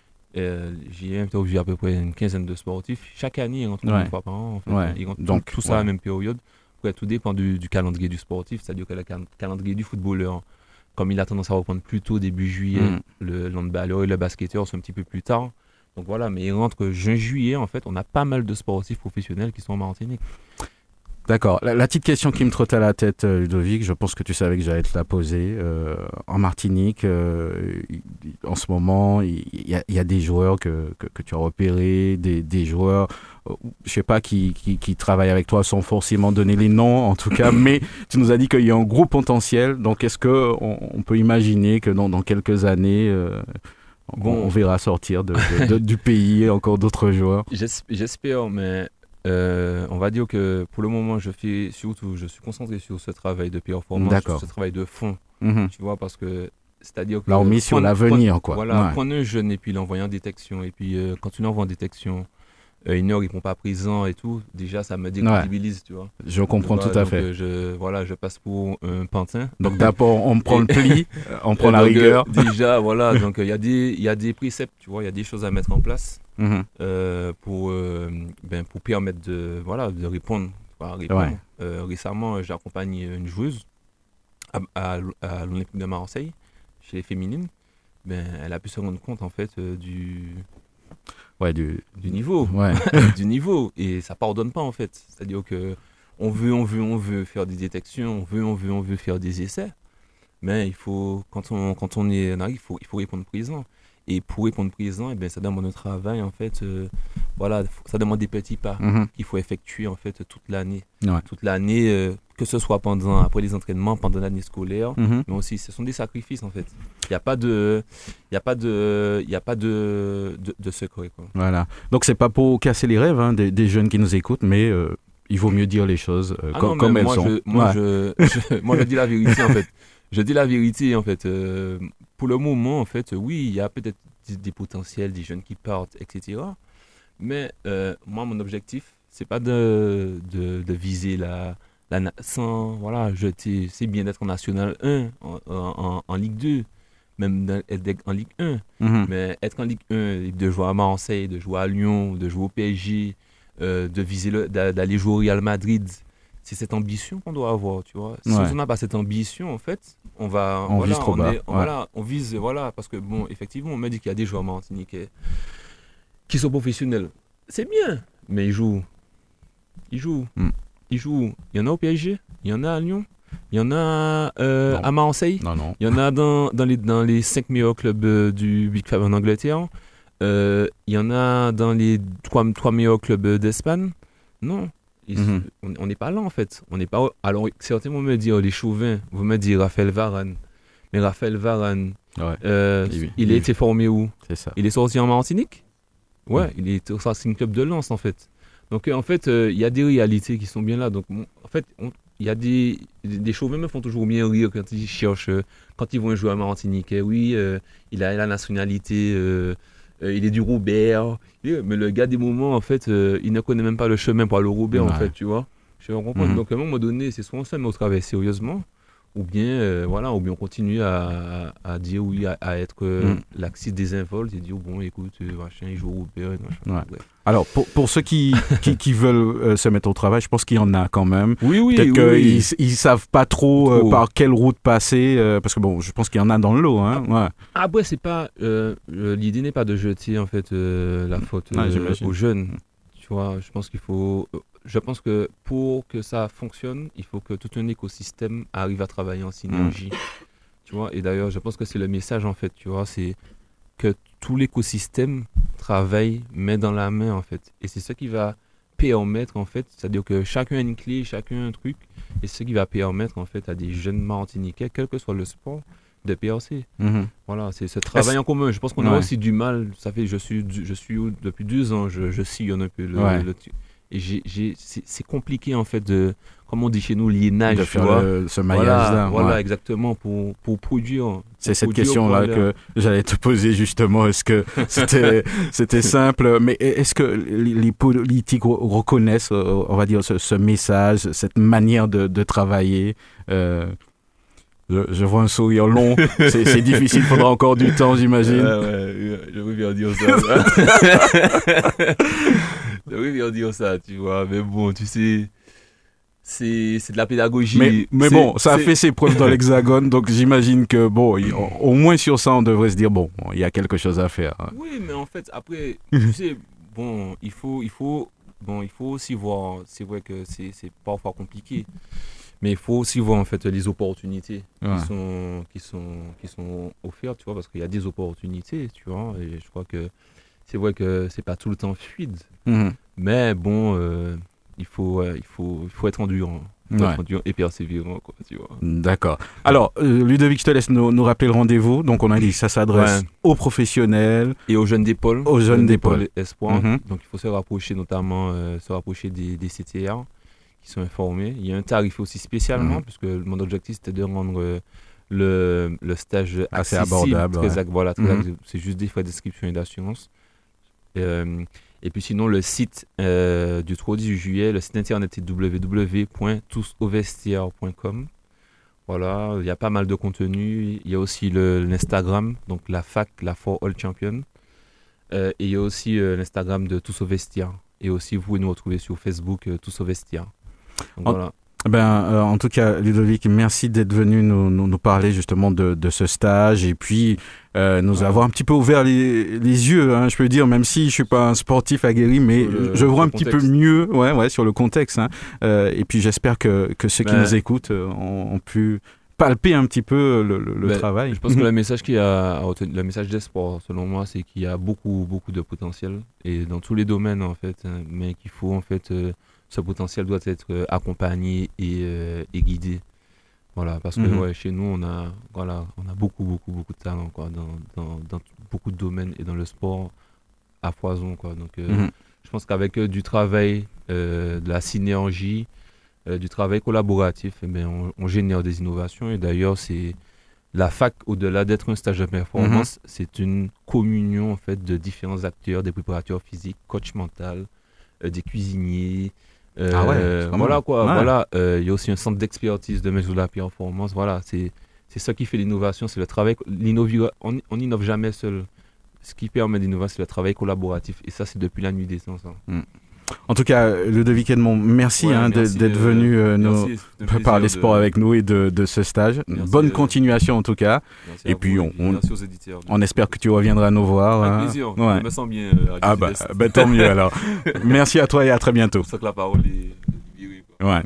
[SPEAKER 5] Euh, j'ai interviewé à peu près une quinzaine de sportifs. Chaque année, ils rentrent
[SPEAKER 4] Ouais.
[SPEAKER 5] une fois par an. En fait.
[SPEAKER 4] Ouais.
[SPEAKER 5] Ils rentrent
[SPEAKER 4] Donc,
[SPEAKER 5] tout, tout ça à
[SPEAKER 4] ouais.
[SPEAKER 5] la même période. Après, tout dépend du, du calendrier du sportif. C'est-à-dire que le cal- calendrier du footballeur, comme il a tendance à reprendre plus tôt, début juillet,
[SPEAKER 4] Mhm.
[SPEAKER 5] le handballeur et le basketteur sont un petit peu plus tard. Donc voilà, mais ils rentrent juin-juillet, en fait, on a pas mal de sportifs professionnels qui sont en Martinique.
[SPEAKER 4] D'accord. La, la petite question qui me trottait à la tête, euh, Ludovic, je pense que tu savais que j'allais te la poser. Euh, en Martinique, euh, il- en ce moment, il il y, a- il y a des joueurs que, que, que tu as repérés, des, des joueurs, euh, je sais pas, qui, qui, qui travaillent avec toi sans forcément donner les noms, en tout cas, mais tu nous as dit qu'il y a un gros potentiel. Donc, est-ce qu'on on peut imaginer que dans, dans quelques années, euh, on,
[SPEAKER 5] Bon.
[SPEAKER 4] on verra sortir de, de- de- du pays encore d'autres joueurs?
[SPEAKER 5] J'es- J'espère, mais euh, on va dire que pour le moment, je fais surtout, je suis concentré sur ce travail de performance,
[SPEAKER 4] D'accord.
[SPEAKER 5] sur ce travail de fond,
[SPEAKER 4] Mhm.
[SPEAKER 5] tu vois, parce que c'est-à-dire que
[SPEAKER 4] Là, on met sur
[SPEAKER 5] prendre-
[SPEAKER 4] l'avenir,
[SPEAKER 5] prendre-
[SPEAKER 4] quoi.
[SPEAKER 5] Voilà,
[SPEAKER 4] Ouais.
[SPEAKER 5] prendre un jeune et puis l'envoyer en détection, et puis euh, quand tu l'envoies en détection, euh, une heure, il ne répond pas présent et tout, déjà, ça me décrédibilise, tu vois.
[SPEAKER 4] Je comprends
[SPEAKER 5] Tu
[SPEAKER 4] tout
[SPEAKER 5] vois,
[SPEAKER 4] à
[SPEAKER 5] donc,
[SPEAKER 4] fait.
[SPEAKER 5] euh, je, voilà, je passe pour un pantin.
[SPEAKER 4] Donc d'abord, on prend le pli, euh, on prend
[SPEAKER 5] Et
[SPEAKER 4] la
[SPEAKER 5] donc, euh,
[SPEAKER 4] rigueur.
[SPEAKER 5] déjà, voilà, donc il y a des, il y a des préceptes, tu vois, il y a des choses à mettre en place.
[SPEAKER 4] Mhm.
[SPEAKER 5] euh, pour, euh, ben, pour permettre de, voilà, de répondre. Enfin, répondre.
[SPEAKER 4] Ouais.
[SPEAKER 5] Euh, récemment, euh, j'ai accompagné une joueuse à, à, à l'Olympique de Marseille, chez les féminines. Ben, elle a pu se rendre compte en fait euh, du,
[SPEAKER 4] Ouais, du...
[SPEAKER 5] du niveau.
[SPEAKER 4] ouais.
[SPEAKER 5] du niveau. Et ça pardonne pas en fait. C'est-à-dire que on veut, on veut, on veut faire des détections, on veut, on veut, on veut faire des essais. Mais il faut, quand on, quand on est en arrive, il faut, il faut répondre présent. Et pour répondre présent, eh bien, ça demande un travail, en fait, euh, voilà, faut- ça demande des petits pas
[SPEAKER 4] Mhm.
[SPEAKER 5] qu'il faut effectuer, en fait, toute l'année.
[SPEAKER 4] Ouais.
[SPEAKER 5] Toute l'année, euh, que ce soit pendant, après les entraînements, pendant l'année scolaire,
[SPEAKER 4] Mhm.
[SPEAKER 5] mais aussi, ce sont des sacrifices, en fait. Il n'y a pas de, il y a pas de, il y a pas de, de, de secret, quoi.
[SPEAKER 4] Voilà. Donc c'est pas pour casser les rêves hein, des, des jeunes qui nous écoutent, mais euh, il vaut mieux dire les choses euh,
[SPEAKER 5] Ah
[SPEAKER 4] com-
[SPEAKER 5] non, mais
[SPEAKER 4] comme elles
[SPEAKER 5] moi,
[SPEAKER 4] sont.
[SPEAKER 5] Je, moi,
[SPEAKER 4] Ouais.
[SPEAKER 5] je, je- moi, je dis la vérité, en fait. Je dis la vérité, en fait. Euh, pour le moment, en fait, oui, il y a peut-être des, des potentiels, des jeunes qui partent, et cetera. Mais euh, moi, mon objectif, c'est pas de, de, de viser la, la na- sans, voilà, jeter. C'est bien d'être en National un, en, en, en Ligue deux, même dans- être en Ligue un.
[SPEAKER 4] Mhm.
[SPEAKER 5] Mais être en Ligue un, et de jouer à Marseille, de jouer à Lyon, de jouer au P S G, euh, de viser le- d'a- d'aller jouer au Real Madrid, c'est cette ambition qu'on doit avoir, tu vois. Si
[SPEAKER 4] Ouais.
[SPEAKER 5] on n'a pas cette ambition, en fait, on va,
[SPEAKER 4] On
[SPEAKER 5] voilà,
[SPEAKER 4] vise trop
[SPEAKER 5] on
[SPEAKER 4] bas,
[SPEAKER 5] est- on-
[SPEAKER 4] ouais.
[SPEAKER 5] voilà, on vise, voilà, parce que bon, effectivement, on me dit qu'il y a des joueurs martiniquais qui sont professionnels. C'est bien, mais ils jouent, ils jouent,
[SPEAKER 4] Mm.
[SPEAKER 5] ils jouent. Il y en a au P S G, il y en a à Lyon, il y en a euh,
[SPEAKER 4] Non.
[SPEAKER 5] à Marseille.
[SPEAKER 4] Non, non.
[SPEAKER 5] Il y en a dans, dans, les, dans les cinq meilleurs clubs euh, du Big Five en Angleterre. Euh, il y en a dans les trois, trois meilleurs clubs euh, d'Espagne. Non. Ils-
[SPEAKER 4] Mhm.
[SPEAKER 5] On on n'est pas là en fait. On n'est pas. Alors certains vont me dire, les chauvins, vont me dire Raphaël Varane. Mais Raphaël Varane,
[SPEAKER 4] Ouais,
[SPEAKER 5] euh,
[SPEAKER 4] Oui, oui,
[SPEAKER 5] il a
[SPEAKER 4] oui.
[SPEAKER 5] été formé où?
[SPEAKER 4] c'est ça.
[SPEAKER 5] Il est sorti en Martinique? Ouais,
[SPEAKER 4] Mhm.
[SPEAKER 5] il est au Racing Club de Lens en fait. Donc euh, en fait, euh, il y a des réalités qui sont bien là. Donc bon, en fait, on- il y a des, des, des chauvins me font toujours bien rire quand ils cherchent, euh, quand ils vont jouer à Martinique. Eh oui, euh, il a la nationalité, euh, euh, il est du Robert. Eh, Mais le gars des moments, en fait, euh, il ne connaît même pas le chemin pour aller au Robert,
[SPEAKER 4] Ouais.
[SPEAKER 5] en fait, tu vois. Je comprends.
[SPEAKER 4] Mhm.
[SPEAKER 5] Donc à un moment donné, c'est soit on se met au travail sérieusement, ou bien, euh, voilà, ou bien on continue à, à, à dire oui, à, à être euh,
[SPEAKER 4] Mhm.
[SPEAKER 5] laxiste désinvolte et dire bon, écoute, euh, machin, il joue au Robert, et machin.
[SPEAKER 4] Ouais.
[SPEAKER 5] Bref.
[SPEAKER 4] Alors, pour, pour ceux qui, qui, qui veulent euh, se mettre au travail, je pense qu'il y en a quand même.
[SPEAKER 5] Oui, oui,
[SPEAKER 4] Peut-être
[SPEAKER 5] oui,
[SPEAKER 4] qu'ils
[SPEAKER 5] oui.
[SPEAKER 4] ils savent pas trop, euh,
[SPEAKER 5] Trop.
[SPEAKER 4] par quelle route passer, euh, parce que bon, je pense qu'il y en a dans le lot. Hein. Ouais.
[SPEAKER 5] Après, c'est pas. euh, euh, l'idée n'est pas de jeter en fait euh, la faute
[SPEAKER 4] Ouais,
[SPEAKER 5] euh,
[SPEAKER 4] j'imagine.
[SPEAKER 5] aux jeunes. Tu vois, je pense qu'il faut. euh, je pense que pour que ça fonctionne, il faut que tout un écosystème arrive à travailler en synergie. Mmh. Tu vois, et d'ailleurs, je pense que c'est le message en fait, tu vois, c'est que tout l'écosystème travaille main dans la main en fait. Et c'est ça qui va permettre en fait, c'est-à-dire que chacun a une clé, chacun a un truc, et c'est ce qui va permettre en fait à des jeunes Martiniquais, quel que soit le sport, de percer. Mmh. Voilà, c'est ce travail en commun. Je pense qu'on ouais. a aussi du mal. Ça fait, je suis, je suis depuis deux ans, je, je sillonne un peu le, ouais. le, et j'ai, j'ai, c'est, c'est compliqué en fait de, comme on dit chez nous, liénage,
[SPEAKER 4] de
[SPEAKER 5] tu
[SPEAKER 4] faire
[SPEAKER 5] vois.
[SPEAKER 4] Le, ce maillage-là.
[SPEAKER 5] Voilà,
[SPEAKER 4] ouais.
[SPEAKER 5] voilà, exactement pour pour produire. Pour
[SPEAKER 4] c'est cette
[SPEAKER 5] produire,
[SPEAKER 4] question-là
[SPEAKER 5] voilà.
[SPEAKER 4] que j'allais te poser justement. Est-ce que c'était c'était simple, mais est-ce que les politiques reconnaissent, on va dire, ce, ce message, cette manière de, de travailler? euh, Je, je vois un sourire long. C'est, c'est difficile, il faudra encore du temps, j'imagine.
[SPEAKER 5] Ouais, ouais, je veux bien dire ça. je veux bien dire ça, tu vois. Mais bon, tu sais, c'est, c'est de la pédagogie.
[SPEAKER 4] Mais, mais
[SPEAKER 5] c'est,
[SPEAKER 4] bon, ça
[SPEAKER 5] c'est...
[SPEAKER 4] a fait ses preuves dans l'Hexagone, donc j'imagine que, bon, il, au moins sur ça, on devrait se dire, bon, il y a quelque chose à faire.
[SPEAKER 5] Oui, mais en fait, après, tu sais, bon, il faut, il faut, bon, il faut aussi voir, c'est vrai que c'est, c'est parfois compliqué. Mais il faut aussi voir en fait les opportunités ouais. qui sont qui sont qui sont offertes, tu vois, parce qu'il y a des opportunités, tu vois, et je crois que c'est vrai que c'est pas tout le temps fluide, mm-hmm. mais bon, euh, il faut euh, il faut il faut être endurant, il faut ouais. être endurant et persévérant, quoi, tu vois.
[SPEAKER 4] D'accord. Alors euh, Ludovic, je te laisse nous, nous rappeler le rendez-vous. Donc on a dit ça s'adresse ouais. aux professionnels
[SPEAKER 5] et aux jeunes d'épaule,
[SPEAKER 4] aux jeunes d'épaule,
[SPEAKER 5] espoirs. Mm-hmm. Donc il faut se rapprocher notamment euh, se rapprocher des, des C T R. Qui sont informés. Il y a un tarif aussi spécialement, mmh. puisque mon objectif c'était de rendre euh, le, le stage
[SPEAKER 4] assez
[SPEAKER 5] accessible,
[SPEAKER 4] abordable.
[SPEAKER 5] Très,
[SPEAKER 4] ouais.
[SPEAKER 5] Voilà, très
[SPEAKER 4] mmh.
[SPEAKER 5] accessible. C'est juste des frais d'inscription et d'assurance. Euh, et puis sinon, le site euh, du trois juillet, le site internet c'est w w w point tous au vestiaire point com. Voilà, il y a pas mal de contenu. Il y a aussi le, l'Instagram, donc la fac, la For All Champion. Euh, et il y a aussi euh, l'Instagram de Tous au Vestiaire. Et aussi, vous pouvez nous retrouver sur Facebook, euh, Tous au Vestiaire. Donc,
[SPEAKER 4] en,
[SPEAKER 5] voilà.
[SPEAKER 4] ben, euh, en tout cas, Ludovic, merci d'être venu nous, nous, nous parler justement de, de ce stage et puis euh, nous ouais. avoir un petit peu ouvert les, les yeux, hein, je peux dire, même si je suis pas un sportif aguerri, mais le, je vois un contexte. Petit peu mieux ouais, ouais, sur le contexte. Hein. Euh, et puis j'espère que, que ceux ben, qui nous écoutent euh, ont, ont pu palper un petit peu le, le, le ben, travail.
[SPEAKER 5] Je pense que le message qu'il y a, le message d'espoir, selon moi, c'est qu'il y a beaucoup, beaucoup de potentiel et dans tous les domaines en fait, hein, mais qu'il faut en fait euh, ce potentiel doit être euh, accompagné et, euh, et guidé. Voilà, parce que mm-hmm. ouais, chez nous, on a, voilà, on a beaucoup, beaucoup, beaucoup de talent quoi, dans, dans, dans beaucoup de domaines et dans le sport à foison. Quoi. Donc, euh, mm-hmm. je pense qu'avec euh, du travail, euh, de la synergie, euh, du travail collaboratif, eh bien, on, on génère des innovations. Et d'ailleurs, c'est la fac, au-delà d'être un stage de performance, mm-hmm. c'est une communion en fait, de différents acteurs, des préparateurs physiques, coach mental, euh, des cuisiniers. Euh,
[SPEAKER 4] ah ouais,
[SPEAKER 5] voilà quoi,
[SPEAKER 4] ouais.
[SPEAKER 5] voilà. Il euh, y a aussi un centre d'expertise de mesure de la performance. Voilà, c'est c'est ça qui fait l'innovation, c'est le travail. On, on n'innove jamais seul. Ce qui permet d'innover, c'est le travail collaboratif. Et ça, c'est depuis la nuit des temps. Ça.
[SPEAKER 4] Mm. En tout cas, Ludovic Edmond, merci, ouais, hein, merci d'être euh, venu euh, nous parler de... sport avec nous et de, de ce stage. Merci Bonne euh... continuation en tout cas.
[SPEAKER 5] Merci
[SPEAKER 4] et puis
[SPEAKER 5] vous,
[SPEAKER 4] on, on,
[SPEAKER 5] éditeurs,
[SPEAKER 4] on espère que tu reviendras nous voir.
[SPEAKER 5] Avec
[SPEAKER 4] hein.
[SPEAKER 5] plaisir,
[SPEAKER 4] ouais.
[SPEAKER 5] je me sens bien. Euh,
[SPEAKER 4] ah bah, bah tant mieux alors. Merci à toi et à très bientôt.
[SPEAKER 5] C'est que la parole est libérée.
[SPEAKER 4] Ouais.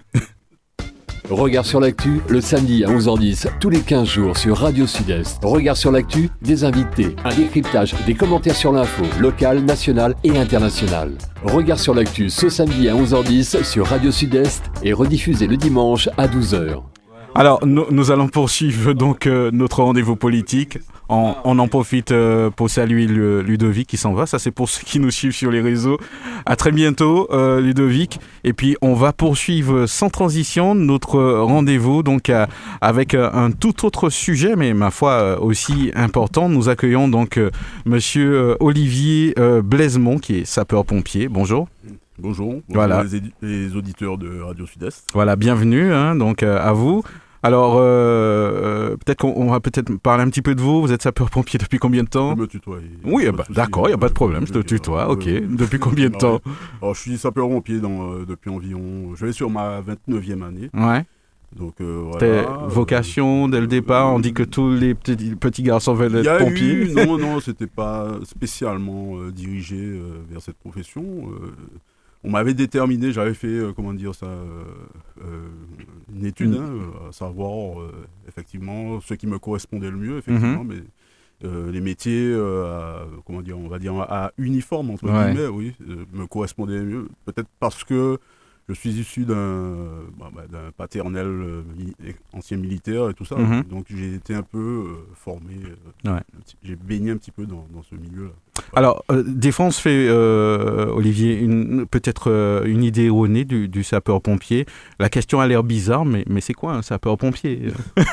[SPEAKER 3] Regard sur l'actu, le samedi à onze heures dix, tous les quinze jours sur Radio Sud-Est. Regard sur l'actu, des invités, un décryptage, des commentaires sur l'info, locale, nationale et internationale. Regard sur l'actu ce samedi à onze heures dix sur Radio Sud-Est et rediffusé le dimanche à douze heures.
[SPEAKER 4] Alors, nous, nous allons poursuivre donc euh, notre rendez-vous politique. On, on en profite euh, pour saluer le, Ludovic qui s'en va. Ça, c'est pour ceux qui nous suivent sur les réseaux. À très bientôt, euh, Ludovic. Et puis, on va poursuivre sans transition notre rendez-vous donc à, avec euh, un tout autre sujet, mais ma foi euh, aussi important. Nous accueillons donc euh, Monsieur euh, Olivier euh, Blaisemont, qui est sapeur-pompier. Bonjour.
[SPEAKER 1] Bonjour. Bonjour
[SPEAKER 4] voilà.
[SPEAKER 1] les, édi- les auditeurs de Radio Sud-Est.
[SPEAKER 4] Voilà, bienvenue hein, donc euh, à vous. Alors, euh, peut-être qu'on on va peut-être parler un petit peu de vous. Vous êtes sapeur-pompier depuis combien de temps ?
[SPEAKER 1] Je me tutoie.
[SPEAKER 4] Oui, bah, d'accord, il n'y a pas de problème, je te tutoie, ok. Euh, depuis combien de temps ?
[SPEAKER 1] Alors, je suis sapeur-pompier dans, euh, depuis environ... Je vais sur ma vingt-neuvième année.
[SPEAKER 4] Ouais.
[SPEAKER 1] Donc, euh,
[SPEAKER 4] C'était
[SPEAKER 1] voilà,
[SPEAKER 4] vocation
[SPEAKER 1] euh,
[SPEAKER 4] dès le départ. On dit que tous les petits, petits garçons veulent être pompiers.
[SPEAKER 1] Eu, non, non, c'était pas spécialement euh, dirigé euh, vers cette profession. Euh, on m'avait déterminé, j'avais fait, euh, comment dire ça, euh, euh, une étude,
[SPEAKER 4] Mm.
[SPEAKER 1] hein, à savoir, euh, effectivement, ce qui me correspondait le mieux, effectivement,
[SPEAKER 4] Mhm.
[SPEAKER 1] mais euh, les métiers, euh, à, comment dire, on va dire, à uniforme, entre
[SPEAKER 4] Ouais.
[SPEAKER 1] guillemets, oui, euh, me correspondaient mieux. Peut-être parce que je suis issu d'un, bah, bah, d'un paternel euh, mi- ancien militaire et tout ça,
[SPEAKER 4] Mhm.
[SPEAKER 1] donc j'ai été un peu euh, formé, euh,
[SPEAKER 4] Ouais.
[SPEAKER 1] un petit- j'ai baigné un petit peu dans, dans ce milieu-là.
[SPEAKER 4] Alors, euh, des fois, on se fait, euh, Olivier, une- peut-être euh, une idée erronée du, du sapeur-pompier. La question a l'air bizarre, mais, mais c'est quoi un sapeur-pompier?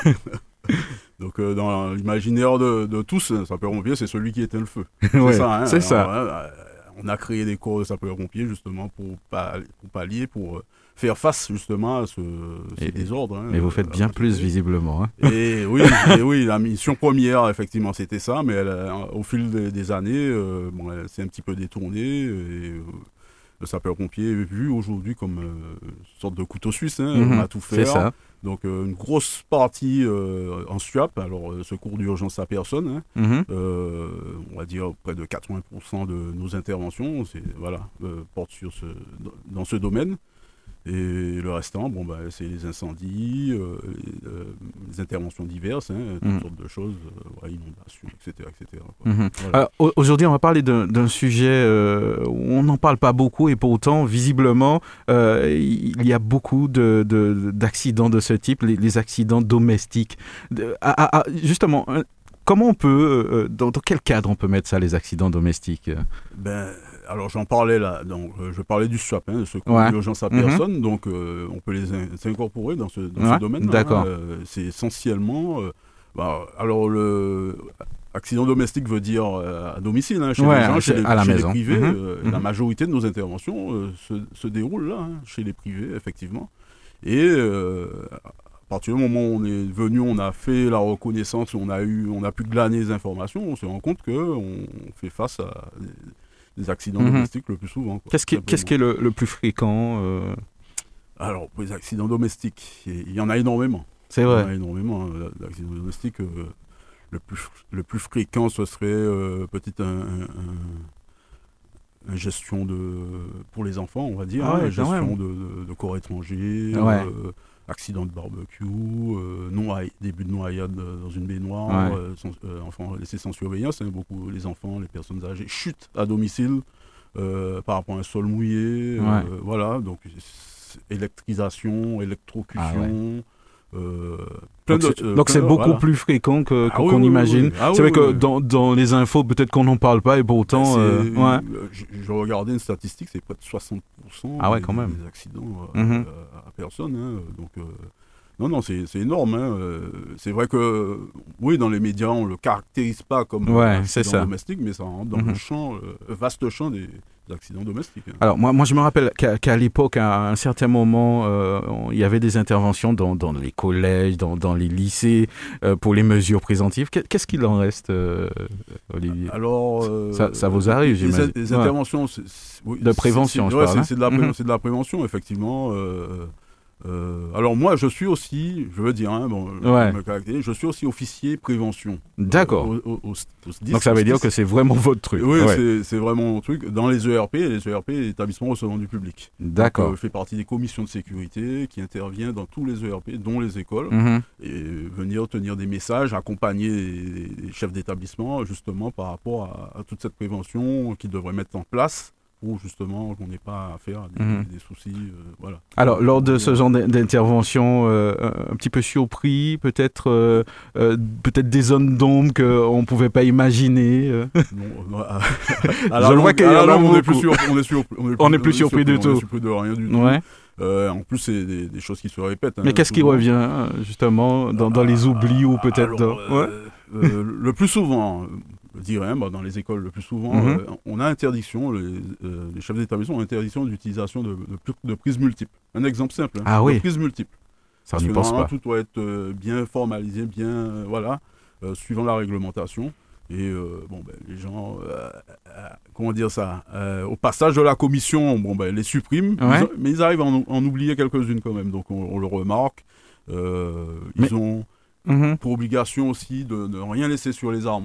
[SPEAKER 1] Donc euh, dans l'imaginaire de, de tous, un sapeur-pompier, c'est celui qui éteint le feu.
[SPEAKER 4] Ouais,
[SPEAKER 1] c'est ça. Hein,
[SPEAKER 4] c'est ça.
[SPEAKER 1] Alors, euh, on a créé des corps de sapeurs-pompiers justement pour, pa- pour pallier, pour euh, faire face justement à ce, ces
[SPEAKER 4] Et-
[SPEAKER 1] désordres. Hein,
[SPEAKER 4] Mais vous faites
[SPEAKER 1] euh,
[SPEAKER 4] bien
[SPEAKER 1] à-
[SPEAKER 4] plus, visiblement. Hein.
[SPEAKER 1] Et oui, et oui, la mission première, effectivement, c'était ça, mais elle a- au fil des, des années, euh, bon, elle s'est un petit peu détournée. Et, euh, le sapeur-pompier est vu aujourd'hui comme euh, une sorte de couteau suisse, hein,
[SPEAKER 4] Mhm,
[SPEAKER 1] on a tout fait.
[SPEAKER 4] c'est ça.
[SPEAKER 1] Donc euh, une grosse partie euh, en S U A P, alors euh, secours d'urgence à personne, hein,
[SPEAKER 4] Mhm.
[SPEAKER 1] euh, on va dire près de quatre-vingts pour cent de nos interventions, c'est voilà, euh, portent sur ce, dans ce domaine. Et le restant, bon, bah, c'est les incendies, euh, les, euh, les interventions diverses, hein, toutes
[SPEAKER 4] Mhm.
[SPEAKER 1] sortes de choses, euh, ouais, inondations, et cetera et cetera quoi.
[SPEAKER 4] Mhm.
[SPEAKER 1] Voilà.
[SPEAKER 4] Alors, au- aujourd'hui, on va parler d'un d'un sujet euh, où on n'en parle pas beaucoup et pourtant, visiblement, euh, il y a beaucoup de- de- d'accidents de, ce type, les, les accidents domestiques. De- ah, ah, ah, justement, hein, comment on peut, euh, dans, dans quel cadre on peut mettre ça, les accidents domestiques?
[SPEAKER 1] Ben, alors j'en parlais là, donc euh, je parlais du S U A P, hein, le secours
[SPEAKER 4] Ouais.
[SPEAKER 1] d'urgence à
[SPEAKER 4] Mhm.
[SPEAKER 1] personne, donc euh, on peut les in- incorporer dans ce, dans
[SPEAKER 4] Ouais,
[SPEAKER 1] ce domaine.
[SPEAKER 4] d'accord.
[SPEAKER 1] C'est essentiellement, euh, bah, alors le accident domestique veut dire euh, à domicile, hein, chez
[SPEAKER 4] Ouais,
[SPEAKER 1] les gens,
[SPEAKER 4] chez-
[SPEAKER 1] chez, les,
[SPEAKER 4] à la
[SPEAKER 1] chez les
[SPEAKER 4] maison.
[SPEAKER 1] privés.
[SPEAKER 4] Mhm.
[SPEAKER 1] euh, et La
[SPEAKER 4] Mhm.
[SPEAKER 1] majorité de nos interventions euh, se, se déroulent là, hein, chez les privés, effectivement. Et euh, à partir du moment où on est venu, on a fait la reconnaissance, on a eu, on a pu glaner les informations, on se rend compte que on fait face à des, des accidents
[SPEAKER 4] Mhm.
[SPEAKER 1] domestiques le plus souvent. quoi,
[SPEAKER 4] Qu'est-ce qui,
[SPEAKER 1] simplement.
[SPEAKER 4] qu'est-ce qui est le, le plus fréquent euh,
[SPEAKER 1] Alors, pour les accidents domestiques, il y en a énormément.
[SPEAKER 4] C'est
[SPEAKER 1] Il y en
[SPEAKER 4] vrai.
[SPEAKER 1] a énormément hein, d'accidents domestiques. euh, le, plus, le plus fréquent, ce serait euh, peut-être un, un- un- une gestion de, pour les enfants, on va dire.
[SPEAKER 4] Ah ouais,
[SPEAKER 1] hein,
[SPEAKER 4] quand
[SPEAKER 1] gestion
[SPEAKER 4] même.
[SPEAKER 1] de, de, de corps étrangers,
[SPEAKER 4] Ouais.
[SPEAKER 1] euh, accident de barbecue, euh, noya- début de noyade dans une baignoire,
[SPEAKER 4] Ouais.
[SPEAKER 1] euh, sans- euh, enfants laissés sans surveillance. hein, beaucoup les enfants, les personnes âgées chutent à domicile euh, par rapport à un sol mouillé. euh,
[SPEAKER 4] Ouais.
[SPEAKER 1] voilà, donc c'est électrisation, électrocution. euh, plein
[SPEAKER 4] Donc
[SPEAKER 1] de-
[SPEAKER 4] c'est,
[SPEAKER 1] euh,
[SPEAKER 4] donc
[SPEAKER 1] plein
[SPEAKER 4] c'est
[SPEAKER 1] de-
[SPEAKER 4] beaucoup
[SPEAKER 1] voilà.
[SPEAKER 4] plus fréquent que,
[SPEAKER 1] Ah
[SPEAKER 4] qu'on
[SPEAKER 1] oui, oui,
[SPEAKER 4] imagine.
[SPEAKER 1] oui. Ah
[SPEAKER 4] c'est
[SPEAKER 1] oui,
[SPEAKER 4] vrai que
[SPEAKER 1] oui.
[SPEAKER 4] dans, dans les infos, peut-être qu'on n'en parle pas et pourtant...
[SPEAKER 1] C'est-
[SPEAKER 4] euh, ouais.
[SPEAKER 1] euh, je, je regardais une statistique, c'est près de soixante pour cent
[SPEAKER 4] Ah ouais,
[SPEAKER 1] des,
[SPEAKER 4] quand même.
[SPEAKER 1] des accidents euh,
[SPEAKER 4] Mhm.
[SPEAKER 1] à, à personne. hein, donc, euh, non, non, c'est, c'est énorme. hein, euh, c'est vrai que, oui, dans les médias, on ne le caractérise pas comme
[SPEAKER 4] Ouais,
[SPEAKER 1] un
[SPEAKER 4] c'est
[SPEAKER 1] accident
[SPEAKER 4] ça.
[SPEAKER 1] domestique, mais ça rentre dans
[SPEAKER 4] Mhm.
[SPEAKER 1] le champ, le vaste champ des, des accidents domestiques. hein.
[SPEAKER 4] Alors moi, moi je me rappelle qu'à, qu'à l'époque, à un certain moment, euh, on- il y avait des interventions dans, dans les collèges, dans, dans les lycées euh, pour les mesures préventives. Qu'est- Qu'est-ce qu'il en reste, euh, Olivier?
[SPEAKER 1] Alors, euh,
[SPEAKER 4] Ça- ça vous arrive,
[SPEAKER 1] les,
[SPEAKER 4] j'imagine.
[SPEAKER 1] les
[SPEAKER 4] Ouais.
[SPEAKER 1] interventions, c'est- c'est- oui,
[SPEAKER 4] De
[SPEAKER 1] c'est-
[SPEAKER 4] prévention,
[SPEAKER 1] c'est,
[SPEAKER 4] je
[SPEAKER 1] ouais,
[SPEAKER 4] parle,
[SPEAKER 1] c'est,
[SPEAKER 4] hein.
[SPEAKER 1] c'est de la pré-
[SPEAKER 4] Mhm.
[SPEAKER 1] c'est de la prévention, effectivement. euh, euh, alors moi, je suis aussi, je veux dire, hein, bon,
[SPEAKER 4] Ouais.
[SPEAKER 1] je me caractérise, je suis aussi officier prévention.
[SPEAKER 4] D'accord.
[SPEAKER 1] Euh, au- au- au- au SDIS,
[SPEAKER 4] Donc ça veut
[SPEAKER 1] au
[SPEAKER 4] dire
[SPEAKER 1] SDIS.
[SPEAKER 4] que c'est vraiment votre truc.
[SPEAKER 1] Oui,
[SPEAKER 4] Ouais.
[SPEAKER 1] c'est, c'est vraiment mon truc. Dans les E R P, les E R P, les établissements recevant du public.
[SPEAKER 4] D'accord.
[SPEAKER 1] Donc, euh, je fais partie des commissions de sécurité qui interviennent dans tous les E R P, dont les écoles,
[SPEAKER 4] Mhm.
[SPEAKER 1] et venir tenir des messages, accompagner les, les chefs d'établissement justement par rapport à, à toute cette prévention qu'ils devraient mettre en place pour justement qu'on n'ait pas à faire des,
[SPEAKER 4] Mhm.
[SPEAKER 1] des soucis. euh, voilà.
[SPEAKER 4] Alors, lors de ce genre d'in- d'intervention, euh, un petit peu surpris, peut-être euh, euh, peut-être des zones d'ombre qu'on ne pouvait pas imaginer. euh.
[SPEAKER 1] Non, à- à la
[SPEAKER 4] Je
[SPEAKER 1] longue-
[SPEAKER 4] vois qu'il y
[SPEAKER 1] à la
[SPEAKER 4] en a
[SPEAKER 1] longue, on est plus
[SPEAKER 4] beaucoup.
[SPEAKER 1] sur- on est sur- on est
[SPEAKER 4] On est plus surpris du
[SPEAKER 1] on est
[SPEAKER 4] tout.
[SPEAKER 1] surpris de rien du tout.
[SPEAKER 4] Ouais.
[SPEAKER 1] Euh, en plus, c'est des, des choses qui se répètent.
[SPEAKER 4] Mais
[SPEAKER 1] hein,
[SPEAKER 4] qu'est-ce qui
[SPEAKER 1] souvent.
[SPEAKER 4] revient, euh, justement, dans, dans les oublis ou peut-être
[SPEAKER 1] Alors,
[SPEAKER 4] dans... Ouais.
[SPEAKER 1] euh, euh, le plus souvent, je dirais, bah, dans les écoles, le plus souvent,
[SPEAKER 4] Mhm.
[SPEAKER 1] euh, on a interdiction, les, euh, les chefs d'établissement ont interdiction d'utilisation de, de, pu- de prises multiples. Un exemple simple, hein,
[SPEAKER 4] Ah
[SPEAKER 1] de
[SPEAKER 4] oui.
[SPEAKER 1] prises multiples.
[SPEAKER 4] Ça, on
[SPEAKER 1] Parce
[SPEAKER 4] n'y
[SPEAKER 1] que
[SPEAKER 4] pense
[SPEAKER 1] normalement,
[SPEAKER 4] pas.
[SPEAKER 1] tout doit être euh, bien formalisé, bien, euh, voilà, euh, suivant la réglementation. Et euh, bon, ben, les gens, euh, euh, comment dire ça, euh, au passage de la commission, bon, ben, les suppriment,
[SPEAKER 4] Ouais.
[SPEAKER 1] ils- mais ils arrivent à en, en oublier quelques-unes quand même, donc on, on le remarque. Euh, ils
[SPEAKER 4] Mais-
[SPEAKER 1] ont
[SPEAKER 4] Mhm.
[SPEAKER 1] pour obligation aussi de ne rien laisser sur les armoires.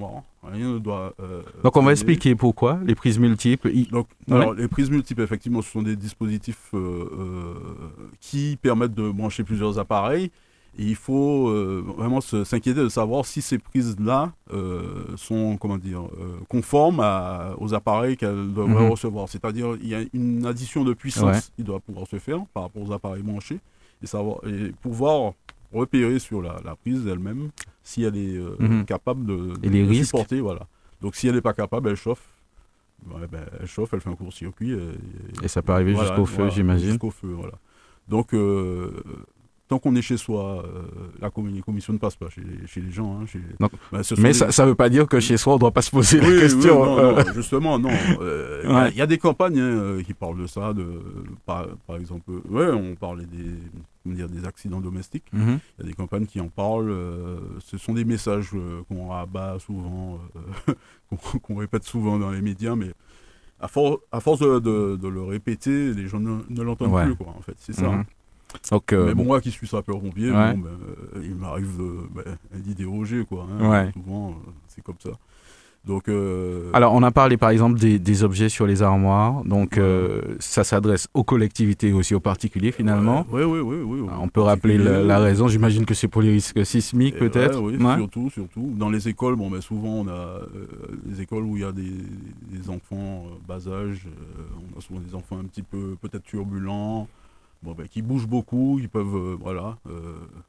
[SPEAKER 1] rien ne doit. Euh,
[SPEAKER 4] Donc on va
[SPEAKER 1] freiner.
[SPEAKER 4] expliquer pourquoi les prises multiples. ils-
[SPEAKER 1] Donc,
[SPEAKER 4] Ouais.
[SPEAKER 1] alors, les prises multiples, effectivement, ce sont des dispositifs euh, euh, qui permettent de brancher plusieurs appareils. Et il faut euh, vraiment se- s'inquiéter de savoir si ces prises-là euh, sont, comment dire, euh, conformes à- aux appareils qu'elles devraient
[SPEAKER 4] Mhm.
[SPEAKER 1] recevoir. C'est-à-dire, il y a une addition de puissance
[SPEAKER 4] Ouais.
[SPEAKER 1] qui doit pouvoir se faire par rapport aux appareils branchés et, savoir, et pouvoir repérer sur la, la prise elle-même si elle est euh,
[SPEAKER 4] Mhm.
[SPEAKER 1] capable de,
[SPEAKER 4] Et les
[SPEAKER 1] de
[SPEAKER 4] risques.
[SPEAKER 1] supporter. Voilà. Donc, si elle n'est pas capable, elle chauffe. Ouais, ben, elle chauffe, elle fait un court-circuit. Et,
[SPEAKER 4] Et ça peut arriver
[SPEAKER 1] voilà,
[SPEAKER 4] jusqu'au feu,
[SPEAKER 1] voilà,
[SPEAKER 4] j'imagine.
[SPEAKER 1] Jusqu'au feu, voilà. Donc, euh, tant qu'on est chez soi, euh, la commi- commission ne passe pas chez les, chez les gens. Hein, chez...
[SPEAKER 4] Donc,
[SPEAKER 1] Ben, ce sont
[SPEAKER 4] Mais
[SPEAKER 1] des-
[SPEAKER 4] ça ne veut pas dire que chez soi, on ne doit pas se poser
[SPEAKER 1] Oui,
[SPEAKER 4] la
[SPEAKER 1] oui,
[SPEAKER 4] question.
[SPEAKER 1] non,
[SPEAKER 4] euh,
[SPEAKER 1] non, justement, non. Euh, Il y a-
[SPEAKER 4] Ouais.
[SPEAKER 1] il y, a des campagnes hein, euh, qui parlent de ça, de, par, par exemple, euh, ouais, on parlait des, comment dire, des accidents domestiques.
[SPEAKER 4] mhm.
[SPEAKER 1] Il y a des campagnes qui en parlent. euh, ce sont des messages euh, qu'on rabat souvent, euh, qu'on qu'on répète souvent dans les médias, mais à, for- à force de, de- de le répéter, les gens ne, ne l'entendent
[SPEAKER 4] Ouais.
[SPEAKER 1] plus, quoi, en fait. C'est ça.
[SPEAKER 4] Mhm. Donc, euh,
[SPEAKER 1] Mais
[SPEAKER 4] bon,
[SPEAKER 1] moi qui suis sapeur-pompier,
[SPEAKER 4] Ouais.
[SPEAKER 1] bon, ben, euh, il m'arrive de- ben, d'y déroger, quoi. hein.
[SPEAKER 4] Ouais.
[SPEAKER 1] Souvent, euh, c'est comme ça. Donc, euh,
[SPEAKER 4] alors, on a parlé par exemple des, des objets sur les armoires. Donc,
[SPEAKER 1] Voilà.
[SPEAKER 4] euh, ça s'adresse aux collectivités et aussi aux particuliers finalement.
[SPEAKER 1] Oui, oui, oui. oui, oui,
[SPEAKER 4] On peut rappeler la, la raison. J'imagine que c'est pour les risques sismiques
[SPEAKER 1] Et
[SPEAKER 4] peut-être.
[SPEAKER 1] ouais, oui,
[SPEAKER 4] Ouais.
[SPEAKER 1] surtout, surtout. Dans les écoles, bon, ben, souvent, on a euh, des écoles où il y a des, des enfants euh, bas âge. euh, on a souvent des enfants un petit peu peut-être turbulents, bon, ben, qui bougent beaucoup, qui peuvent, euh, voilà, euh,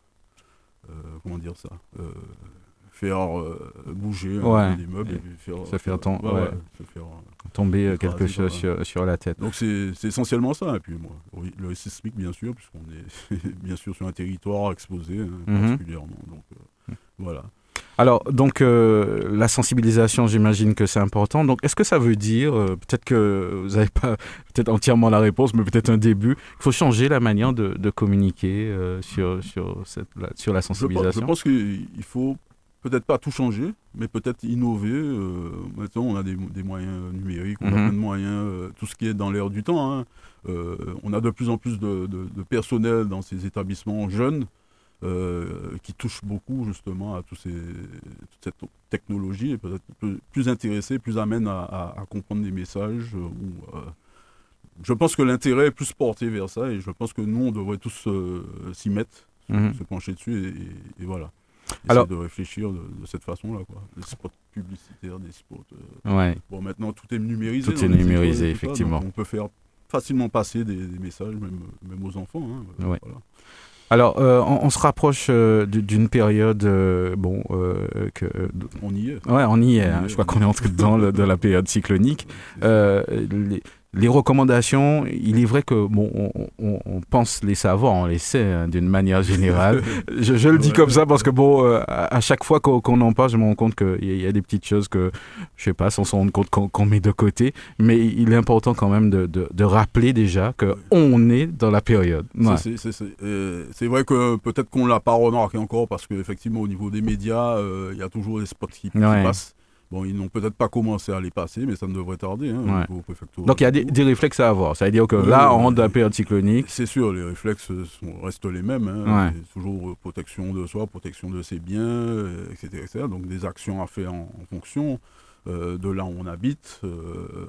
[SPEAKER 1] euh, comment dire ça, euh, faire euh, bouger un
[SPEAKER 4] Ouais.
[SPEAKER 1] peu des meubles.
[SPEAKER 4] Et
[SPEAKER 1] Et puis faire,
[SPEAKER 4] se faire ton-
[SPEAKER 1] ouais,
[SPEAKER 4] ouais.
[SPEAKER 1] ouais, se faire, euh,
[SPEAKER 4] Tomber euh,
[SPEAKER 1] Écraser,
[SPEAKER 4] quelque chose
[SPEAKER 1] voilà.
[SPEAKER 4] sur, sur la tête.
[SPEAKER 1] Donc c'est c'est essentiellement ça. Et puis moi, oui, le risque sismique, bien sûr, puisqu'on est bien sûr sur un territoire exposé hein,
[SPEAKER 4] Mhm.
[SPEAKER 1] particulièrement. Donc euh, voilà.
[SPEAKER 4] Alors, donc, euh, la sensibilisation, j'imagine que c'est important. Donc, est-ce que ça veut dire, euh, peut-être que vous n'avez pas peut-être entièrement la réponse, mais peut-être un début, il faut changer la manière de, de communiquer euh, sur, sur, cette, la, sur la
[SPEAKER 1] Je, pense-
[SPEAKER 4] sensibilisation
[SPEAKER 1] je pense qu'il faut peut-être pas tout changer, mais peut-être innover. Euh, maintenant, on a des, des moyens numériques, on a
[SPEAKER 4] Mhm.
[SPEAKER 1] plein de moyens, euh, tout ce qui est dans l'air du temps. hein. Euh, on a de plus en plus de, de- de personnel dans ces établissements jeunes euh, qui touchent beaucoup justement à tous ces, toute cette technologie et peut-être plus, plus intéressés, plus amènent à, à- à comprendre des messages. euh, ou, euh, je pense que l'intérêt est plus porté vers ça et je pense que nous, on devrait tous euh, s'y mettre, se-
[SPEAKER 4] Mhm.
[SPEAKER 1] se pencher dessus et, et- et voilà. Essayer
[SPEAKER 4] Alors-
[SPEAKER 1] de réfléchir de, de cette façon-là, quoi. Des spots publicitaires, des spots. euh,
[SPEAKER 4] Ouais.
[SPEAKER 1] Bon, maintenant tout est numérisé.
[SPEAKER 4] Tout
[SPEAKER 1] dans
[SPEAKER 4] est
[SPEAKER 1] les
[SPEAKER 4] numérisé,
[SPEAKER 1] écoles et tout ça,
[SPEAKER 4] effectivement.
[SPEAKER 1] donc on peut faire facilement passer des, des messages, même, même aux enfants. hein, euh,
[SPEAKER 4] Ouais.
[SPEAKER 1] voilà.
[SPEAKER 4] Alors, euh, on, on se rapproche euh, du- d'une période, euh, bon, euh, que,
[SPEAKER 1] On y est.
[SPEAKER 4] ouais, on y est.
[SPEAKER 1] On y
[SPEAKER 4] hein.
[SPEAKER 1] est,
[SPEAKER 4] Je crois
[SPEAKER 1] on y
[SPEAKER 4] qu'on est
[SPEAKER 1] est.
[SPEAKER 4] entré dedans le- de la période cyclonique.
[SPEAKER 1] C'est ça.
[SPEAKER 4] Euh, les, les recommandations, il est vrai que bon, on, on- on pense les savoir, on les sait hein, d'une manière générale. je, je le dis
[SPEAKER 1] Ouais.
[SPEAKER 4] comme ça parce que bon, euh, à, à chaque fois qu'on qu'on en parle, je me rends compte qu'il y, a- il y a des petites choses que, je sais pas, sans s'en rendre compte qu'on qu'on met de côté. Mais il est important quand même de, de, de rappeler déjà que on est dans la période. Ouais.
[SPEAKER 1] C'est- c'est- c'est- euh, C'est vrai que peut-être qu'on ne l'a pas remarqué encore parce qu'effectivement au niveau des médias, euh, il y a toujours des spots qui, qui
[SPEAKER 4] Ouais.
[SPEAKER 1] passent. Bon, ils n'ont peut-être pas commencé à les passer, mais ça ne devrait tarder. Hein,
[SPEAKER 4] Ouais.
[SPEAKER 1] au niveau préfectoral.
[SPEAKER 4] Donc il y a des, des réflexes à avoir. Ça veut dire que
[SPEAKER 1] Oui,
[SPEAKER 4] là,
[SPEAKER 1] oui,
[SPEAKER 4] on rentre dans la
[SPEAKER 1] oui.
[SPEAKER 4] période cyclonique.
[SPEAKER 1] C'est sûr, les réflexes sont- restent les mêmes. hein.
[SPEAKER 4] Ouais.
[SPEAKER 1] C'est toujours euh, protection de soi, protection de ses biens, euh, et cetera, et cetera. Donc des actions à faire en, en fonction euh, de là où on habite, euh,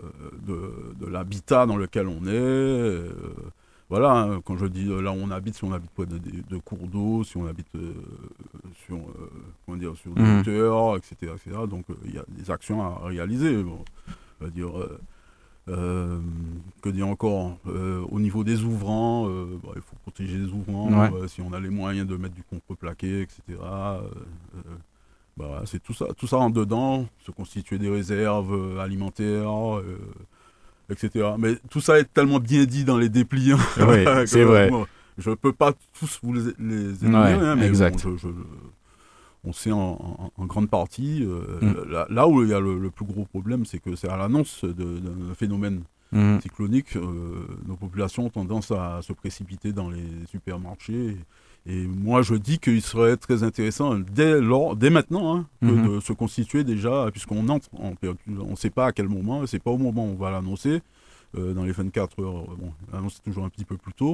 [SPEAKER 1] de, de l'habitat dans lequel on est. euh, voilà, hein, quand je dis euh, là où on habite, si on habite près de, de- de cours d'eau, si on habite euh, sur, euh, comment dire, sur des
[SPEAKER 4] Mhm.
[SPEAKER 1] hauteurs, et cetera, et cetera. Donc euh, il y a des actions à réaliser. Bon, on va dire. euh, euh, que dire encore euh, au niveau des ouvrants, euh, bah, il faut protéger les ouvrants,
[SPEAKER 4] Ouais.
[SPEAKER 1] euh, si on a les moyens de mettre du contreplaqué, et cetera. Euh, euh, bah, voilà, c'est tout ça, tout ça en dedans, se constituer des réserves euh, alimentaires, euh, et cetera. Mais tout ça est tellement bien dit dans les dépliants.
[SPEAKER 4] Oui,
[SPEAKER 1] que,
[SPEAKER 4] c'est vrai.
[SPEAKER 1] bon, je ne peux pas tous vous les, les énumérer,
[SPEAKER 4] Ouais,
[SPEAKER 1] hein, mais
[SPEAKER 4] exact.
[SPEAKER 1] bon, je- je- on sait en, en- en grande partie. euh,
[SPEAKER 4] Mm.
[SPEAKER 1] là, là où il y a le, le plus gros problème, c'est que c'est à l'annonce de- d'un phénomène
[SPEAKER 4] Mhm.
[SPEAKER 1] cyclonique, euh, nos populations ont tendance à se précipiter dans les supermarchés. Et, et moi, je dis qu'il serait très intéressant, dès, lors, dès maintenant, hein, que
[SPEAKER 4] Mhm.
[SPEAKER 1] de se constituer déjà, puisqu'on entre en période, on ne sait pas à quel moment, c'est pas au moment où on va l'annoncer, euh, dans les vingt-quatre heures, bon, l'annonce est toujours un petit peu plus tôt,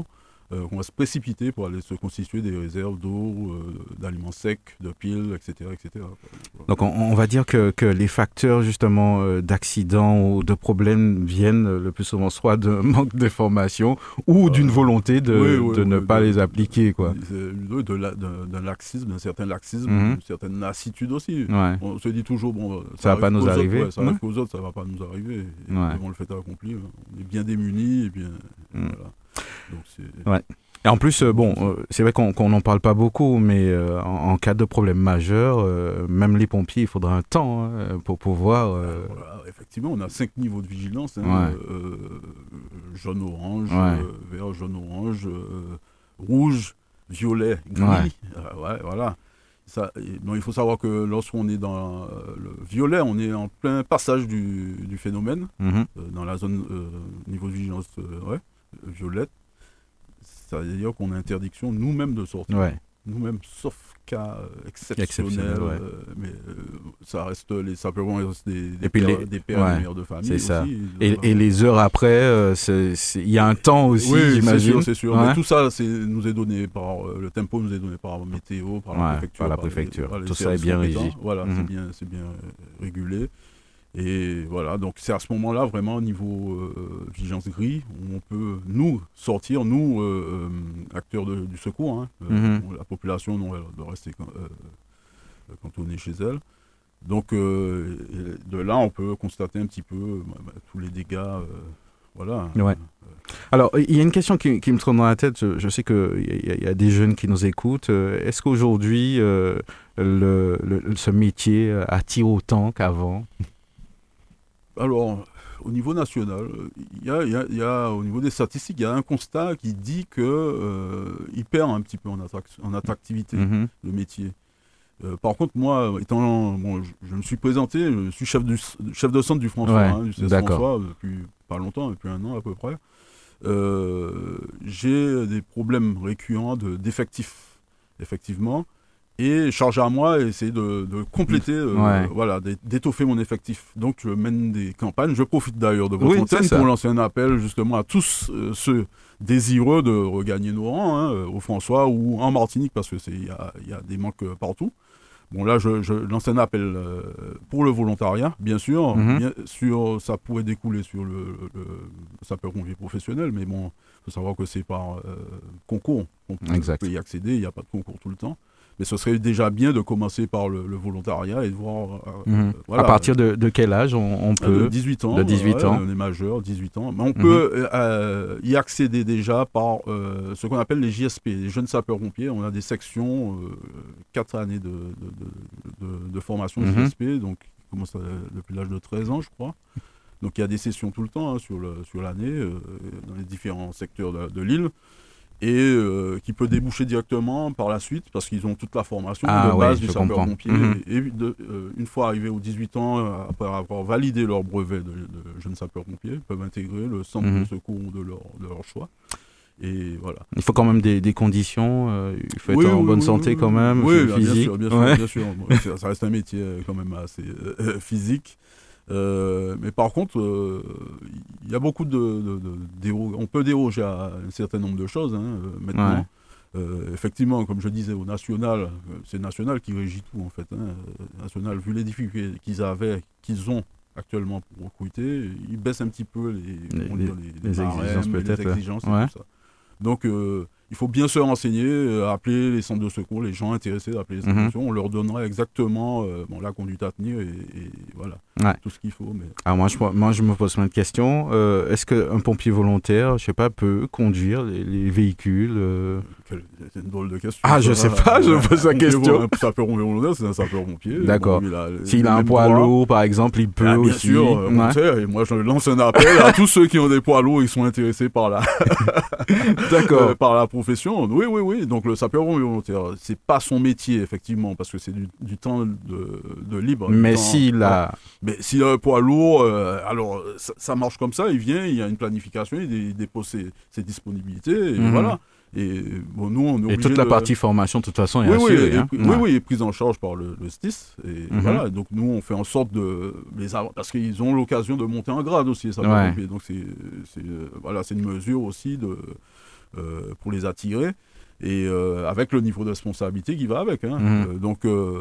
[SPEAKER 1] euh, qu'on va se précipiter pour aller se constituer des réserves d'eau, euh, d'aliments secs, de piles, et cetera, et cetera.
[SPEAKER 4] Donc on, on va dire que, que les facteurs justement euh, d'accidents ou de problèmes viennent euh, le plus souvent soit d'un manque d'information ou euh, d'une volonté de,
[SPEAKER 1] oui, oui,
[SPEAKER 4] de
[SPEAKER 1] oui,
[SPEAKER 4] ne
[SPEAKER 1] oui,
[SPEAKER 4] pas
[SPEAKER 1] de,
[SPEAKER 4] les appliquer, quoi.
[SPEAKER 1] De, de la, de, d'un laxisme, d'un certain laxisme,
[SPEAKER 4] Mm-hmm.
[SPEAKER 1] d'une certaine lassitude aussi.
[SPEAKER 4] Ouais.
[SPEAKER 1] On se dit toujours, bon, ça,
[SPEAKER 4] ça va pas nous arriver.
[SPEAKER 1] Autres, ouais, ça arrive qu'aux autres, ça va pas nous arriver. Et
[SPEAKER 4] ouais.
[SPEAKER 1] devant le fait accompli, on est bien démunis et bien. Mm. Voilà. Donc c'est...
[SPEAKER 4] Ouais. Et en plus, euh, bon, euh, c'est vrai qu'on n'en parle pas beaucoup, mais euh, en, en cas de problème majeur, euh, même les pompiers, il faudra un temps hein, pour pouvoir... Euh...
[SPEAKER 1] Voilà, effectivement, on a cinq niveaux de vigilance, hein,
[SPEAKER 4] ouais.
[SPEAKER 1] euh, jaune-orange,
[SPEAKER 4] ouais.
[SPEAKER 1] euh, vert, jaune-orange, euh, rouge, violet, gris.
[SPEAKER 4] Ouais.
[SPEAKER 1] Euh, ouais, voilà. Ça, et, bon, il faut savoir que lorsqu'on est dans euh, le violet, on est en plein passage du, du phénomène,
[SPEAKER 4] mm-hmm.
[SPEAKER 1] euh, dans la zone euh, niveau de vigilance euh, ouais, violette. Ça veut dire qu'on a interdiction nous-mêmes de sortir.
[SPEAKER 4] Ouais.
[SPEAKER 1] Nous-mêmes, sauf cas exceptionnels.
[SPEAKER 4] Exceptionnel, ouais.
[SPEAKER 1] euh, mais euh, ça reste les sapeurs des, des
[SPEAKER 4] et puis
[SPEAKER 1] pères,
[SPEAKER 4] les,
[SPEAKER 1] des pères
[SPEAKER 4] ouais,
[SPEAKER 1] et des mères de famille.
[SPEAKER 4] C'est ça.
[SPEAKER 1] Aussi,
[SPEAKER 4] et, et les heures après, il y a un temps aussi,
[SPEAKER 1] oui,
[SPEAKER 4] j'imagine.
[SPEAKER 1] c'est sûr, c'est sûr.
[SPEAKER 4] Ouais.
[SPEAKER 1] Mais tout ça c'est, nous est donné par euh, le tempo, nous est donné par la météo, par la
[SPEAKER 4] ouais,
[SPEAKER 1] préfecture.
[SPEAKER 4] Par la
[SPEAKER 1] par
[SPEAKER 4] préfecture.
[SPEAKER 1] les, par les
[SPEAKER 4] tout ça est bien régi.
[SPEAKER 1] Voilà,
[SPEAKER 4] mm-hmm.
[SPEAKER 1] c'est bien, c'est bien régulé. Et voilà, donc c'est à ce moment-là, vraiment, au niveau euh, vigilance gris, où on peut, nous, sortir, nous, euh, euh, acteurs de, du secours, hein, euh, mm-hmm. la population, non, elle doit rester euh, cantonnée chez elle. Donc, euh, de là, on peut constater un petit peu bah, tous les dégâts, euh, voilà.
[SPEAKER 4] Ouais. Alors, il y a une question qui, qui me trône dans la tête. Je, je sais qu'il y, y a des jeunes qui nous écoutent. Est-ce qu'aujourd'hui, euh, le, le, ce métier attire autant qu'avant ?
[SPEAKER 1] Alors, au niveau national, il y a, y a, y a, au niveau des statistiques, il y a un constat qui dit qu'il euh, perd un petit peu en, attrac- en attractivité, mm-hmm. le métier. Euh, par contre, moi, étant, bon, je, je me suis présenté, je suis chef, du, chef de centre du François,
[SPEAKER 4] ouais,
[SPEAKER 1] hein, du C S François, depuis pas longtemps, depuis un an à peu près. Euh, j'ai des problèmes récurrents de, d'effectifs, effectivement. Et charge à moi essayer de, de compléter, euh,
[SPEAKER 4] ouais.
[SPEAKER 1] voilà, d'étoffer mon effectif. Donc je mène des campagnes. Je profite d'ailleurs de votre
[SPEAKER 4] oui,
[SPEAKER 1] antenne pour lancer un appel justement à tous euh, ceux désireux de regagner nos rangs, hein, au François ou en Martinique, parce que c'est il y a, y a des manques partout. Bon là, je, je lance un appel euh, pour le volontariat, bien sûr.
[SPEAKER 4] Mm-hmm.
[SPEAKER 1] Bien sûr, ça pourrait découler sur le, le, le sapeur-pompier professionnel, mais bon, il faut savoir que c'est par euh, concours qu'on peut, peut y accéder. Il n'y a pas de concours tout le temps. Mais ce serait déjà bien de commencer par le, le volontariat et de voir... Euh,
[SPEAKER 4] mmh. voilà. À partir de, de quel âge on, on peut...
[SPEAKER 1] De dix-huit ans.
[SPEAKER 4] De dix-huit
[SPEAKER 1] ouais,
[SPEAKER 4] ans.
[SPEAKER 1] On est majeur, dix-huit ans. Mais on mmh. peut euh, y accéder déjà par euh, ce qu'on appelle les J S P, les jeunes sapeurs-pompiers. On a des sections, euh, quatre années de, de, de, de, de formation mmh. J S P, donc qui commencent depuis l'âge de treize ans, je crois. Donc il y a des sessions tout le temps hein, sur, le, sur l'année, euh, dans les différents secteurs de, de l'île. Et euh, qui peut déboucher directement par la suite parce qu'ils ont toute la formation
[SPEAKER 4] ah,
[SPEAKER 1] de base
[SPEAKER 4] oui,
[SPEAKER 1] du sapeur-pompier.
[SPEAKER 4] Mmh.
[SPEAKER 1] Et, et de, euh, une fois arrivés aux dix-huit ans, après avoir validé leur brevet de, de jeunes sapeurs-pompiers, ils peuvent intégrer le centre mmh. de secours de leur, de leur choix. Et voilà.
[SPEAKER 4] Il faut quand même des, des conditions, euh, il faut être
[SPEAKER 1] oui,
[SPEAKER 4] en
[SPEAKER 1] oui,
[SPEAKER 4] bonne
[SPEAKER 1] oui,
[SPEAKER 4] santé
[SPEAKER 1] oui,
[SPEAKER 4] quand même,
[SPEAKER 1] oui,
[SPEAKER 4] physique.
[SPEAKER 1] Bien sûr, bien sûr.
[SPEAKER 4] Ouais.
[SPEAKER 1] Bien sûr. Bon, ça, ça reste un métier quand même assez euh, physique. Euh, mais par contre, il euh, y a beaucoup de, de, de déro- on peut déroger à un certain nombre de choses hein, maintenant. Ouais. Euh, effectivement, comme je disais, au national, c'est national qui régit tout en fait. Hein. National, vu les difficultés qu'ils avaient, qu'ils ont actuellement pour recruter, ils baissent un petit peu les,
[SPEAKER 4] les,
[SPEAKER 1] les,
[SPEAKER 4] les,
[SPEAKER 1] les,
[SPEAKER 4] les
[SPEAKER 1] barèmes,
[SPEAKER 4] exigences peut-être.
[SPEAKER 1] Les exigences
[SPEAKER 4] ouais.
[SPEAKER 1] et tout ça. Donc, euh, il faut bien se renseigner, euh, appeler les centres de secours, les gens intéressés d'appeler les centres mm-hmm. de secours. On leur donnera exactement euh, bon, la conduite à tenir et, et voilà,
[SPEAKER 4] ouais.
[SPEAKER 1] tout ce qu'il faut. Mais...
[SPEAKER 4] Alors moi je, moi, je me pose plein de questions. Euh, est-ce qu'un pompier volontaire, je sais pas, peut conduire les, les véhicules euh...
[SPEAKER 1] C'est une drôle de question.
[SPEAKER 4] Ah, je sais pas, je me pose la question.
[SPEAKER 1] Un sapeur-pompier volontaire, c'est un sapeur-pompier.
[SPEAKER 4] D'accord.
[SPEAKER 1] Bon, a,
[SPEAKER 4] S'il a un poids lourd, par exemple, il peut
[SPEAKER 1] ah, bien
[SPEAKER 4] aussi.
[SPEAKER 1] Bien sûr, euh, ouais. sait, et moi je lance un appel à tous ceux qui ont des poids lourds et qui sont intéressés par la,
[SPEAKER 4] D'accord.
[SPEAKER 1] euh, par la profession. Oui, oui, oui. Donc le sapeur-pompier volontaire, c'est pas son métier effectivement, parce que c'est du, du temps de, de libre.
[SPEAKER 4] Mais s'il a,
[SPEAKER 1] mais s'il a un poids lourd, euh, alors ça, ça marche comme ça. Il vient, il y a une planification, il dépose ses, ses disponibilités, et mm-hmm. voilà. Et bon, nous, on est
[SPEAKER 4] et toute la de... partie formation, de toute façon, est
[SPEAKER 1] oui,
[SPEAKER 4] assurée.
[SPEAKER 1] Oui,
[SPEAKER 4] hein.
[SPEAKER 1] et,
[SPEAKER 4] ouais.
[SPEAKER 1] oui, oui, est prise en charge par le, le S T I S. Et mm-hmm. voilà, donc nous, on fait en sorte de les avoir, parce qu'ils ont l'occasion de monter en grade aussi, ça ouais. Donc c'est, c'est, euh, voilà, c'est une mesure aussi de, euh, pour les attirer, et euh, avec le niveau de responsabilité qui va avec. Hein.
[SPEAKER 4] Mhm.
[SPEAKER 1] Euh, donc, euh,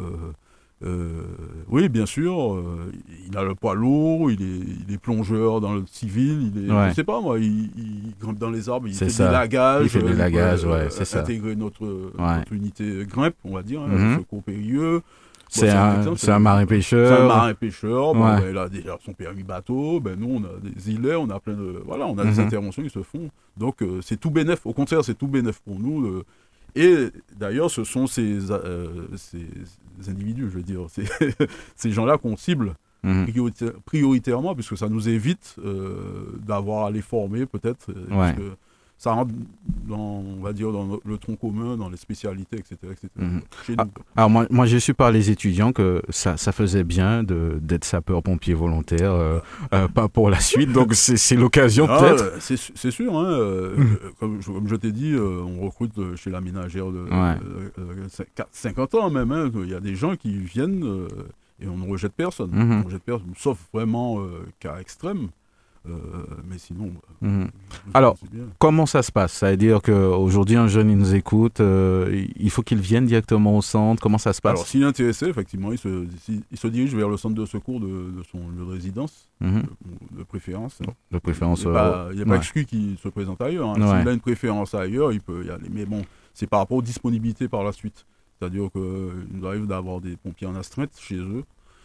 [SPEAKER 1] euh, oui, bien sûr, euh, il a le poids lourd, il est, il est plongeur dans le civil, il est,
[SPEAKER 4] Ouais.
[SPEAKER 1] je sais pas moi, il, il grimpe dans les arbres, il
[SPEAKER 4] C'est
[SPEAKER 1] fait
[SPEAKER 4] ça.
[SPEAKER 1] des lagages.
[SPEAKER 4] Il fait des
[SPEAKER 1] euh,
[SPEAKER 4] lagages,
[SPEAKER 1] peut,
[SPEAKER 4] ouais, c'est ça.
[SPEAKER 1] Intégrer notre, notre unité grimpe, on va dire, hein,
[SPEAKER 4] Mhm.
[SPEAKER 1] le secours périlleux.
[SPEAKER 4] C'est
[SPEAKER 1] Bon,
[SPEAKER 4] un,
[SPEAKER 1] exemple,
[SPEAKER 4] c'est un marin-pêcheur.
[SPEAKER 1] C'est un marin-pêcheur, bon,
[SPEAKER 4] Ouais.
[SPEAKER 1] ben, il a déjà son permis bateau, ben, nous on a des îlets, on a plein de. Voilà, on a
[SPEAKER 4] Mhm.
[SPEAKER 1] des interventions qui se font. Donc euh, c'est tout bénef, au contraire, c'est tout bénef pour nous. euh. Et d'ailleurs, ce sont ces, euh, ces individus, je veux dire, ces, ces gens-là qu'on cible
[SPEAKER 4] Mhm.
[SPEAKER 1] priorita- prioritairement, puisque ça nous évite euh, d'avoir à les former peut-être. euh,
[SPEAKER 4] Ouais.
[SPEAKER 1] Parce que ça rentre dans, on va dire, dans le tronc commun, dans les spécialités, et cetera et cetera.
[SPEAKER 4] Mhm.
[SPEAKER 1] Chez
[SPEAKER 4] Ah,
[SPEAKER 1] nous.
[SPEAKER 4] Alors moi, moi j'ai su par les étudiants que ça, ça faisait bien de, d'être sapeur-pompier volontaire, euh, euh, pas pour la suite, donc c'est, c'est l'occasion
[SPEAKER 1] Ah,
[SPEAKER 4] peut-être.
[SPEAKER 1] euh, c'est, su- c'est sûr, hein, euh,
[SPEAKER 4] Mhm.
[SPEAKER 1] euh, comme, je, comme je t'ai dit, euh, on recrute euh, chez la ménagère de
[SPEAKER 4] Ouais.
[SPEAKER 1] euh, euh, cin- quatre- cinquante ans même. hein. Il y a des gens qui viennent euh, et on ne rejette personne.
[SPEAKER 4] Mhm.
[SPEAKER 1] On rejette personne, sauf vraiment euh, cas extrême. Euh, mais sinon, euh,
[SPEAKER 4] Mhm.
[SPEAKER 1] je-
[SPEAKER 4] Alors,
[SPEAKER 1] c'est bien.
[SPEAKER 4] Comment ça se passe? Ça veut dire qu'aujourd'hui, un jeune, il nous écoute, euh, il faut qu'il vienne directement au centre. Comment ça se passe?
[SPEAKER 1] Alors, s'il est intéressé, effectivement, il se, si- il se dirige vers le centre de secours de, de son lieu de résidence,
[SPEAKER 4] Mhm.
[SPEAKER 1] de, de préférence. hein.
[SPEAKER 4] De préférence.
[SPEAKER 1] Il n'est pas, il est pas
[SPEAKER 4] ouais.
[SPEAKER 1] exclu qu'il se présente ailleurs. hein.
[SPEAKER 4] Ouais.
[SPEAKER 1] S'il a une préférence ailleurs, il peut y aller. Mais bon, c'est par rapport aux disponibilités par la suite. C'est-à-dire qu'il nous arrive d'avoir des pompiers en astreinte chez eux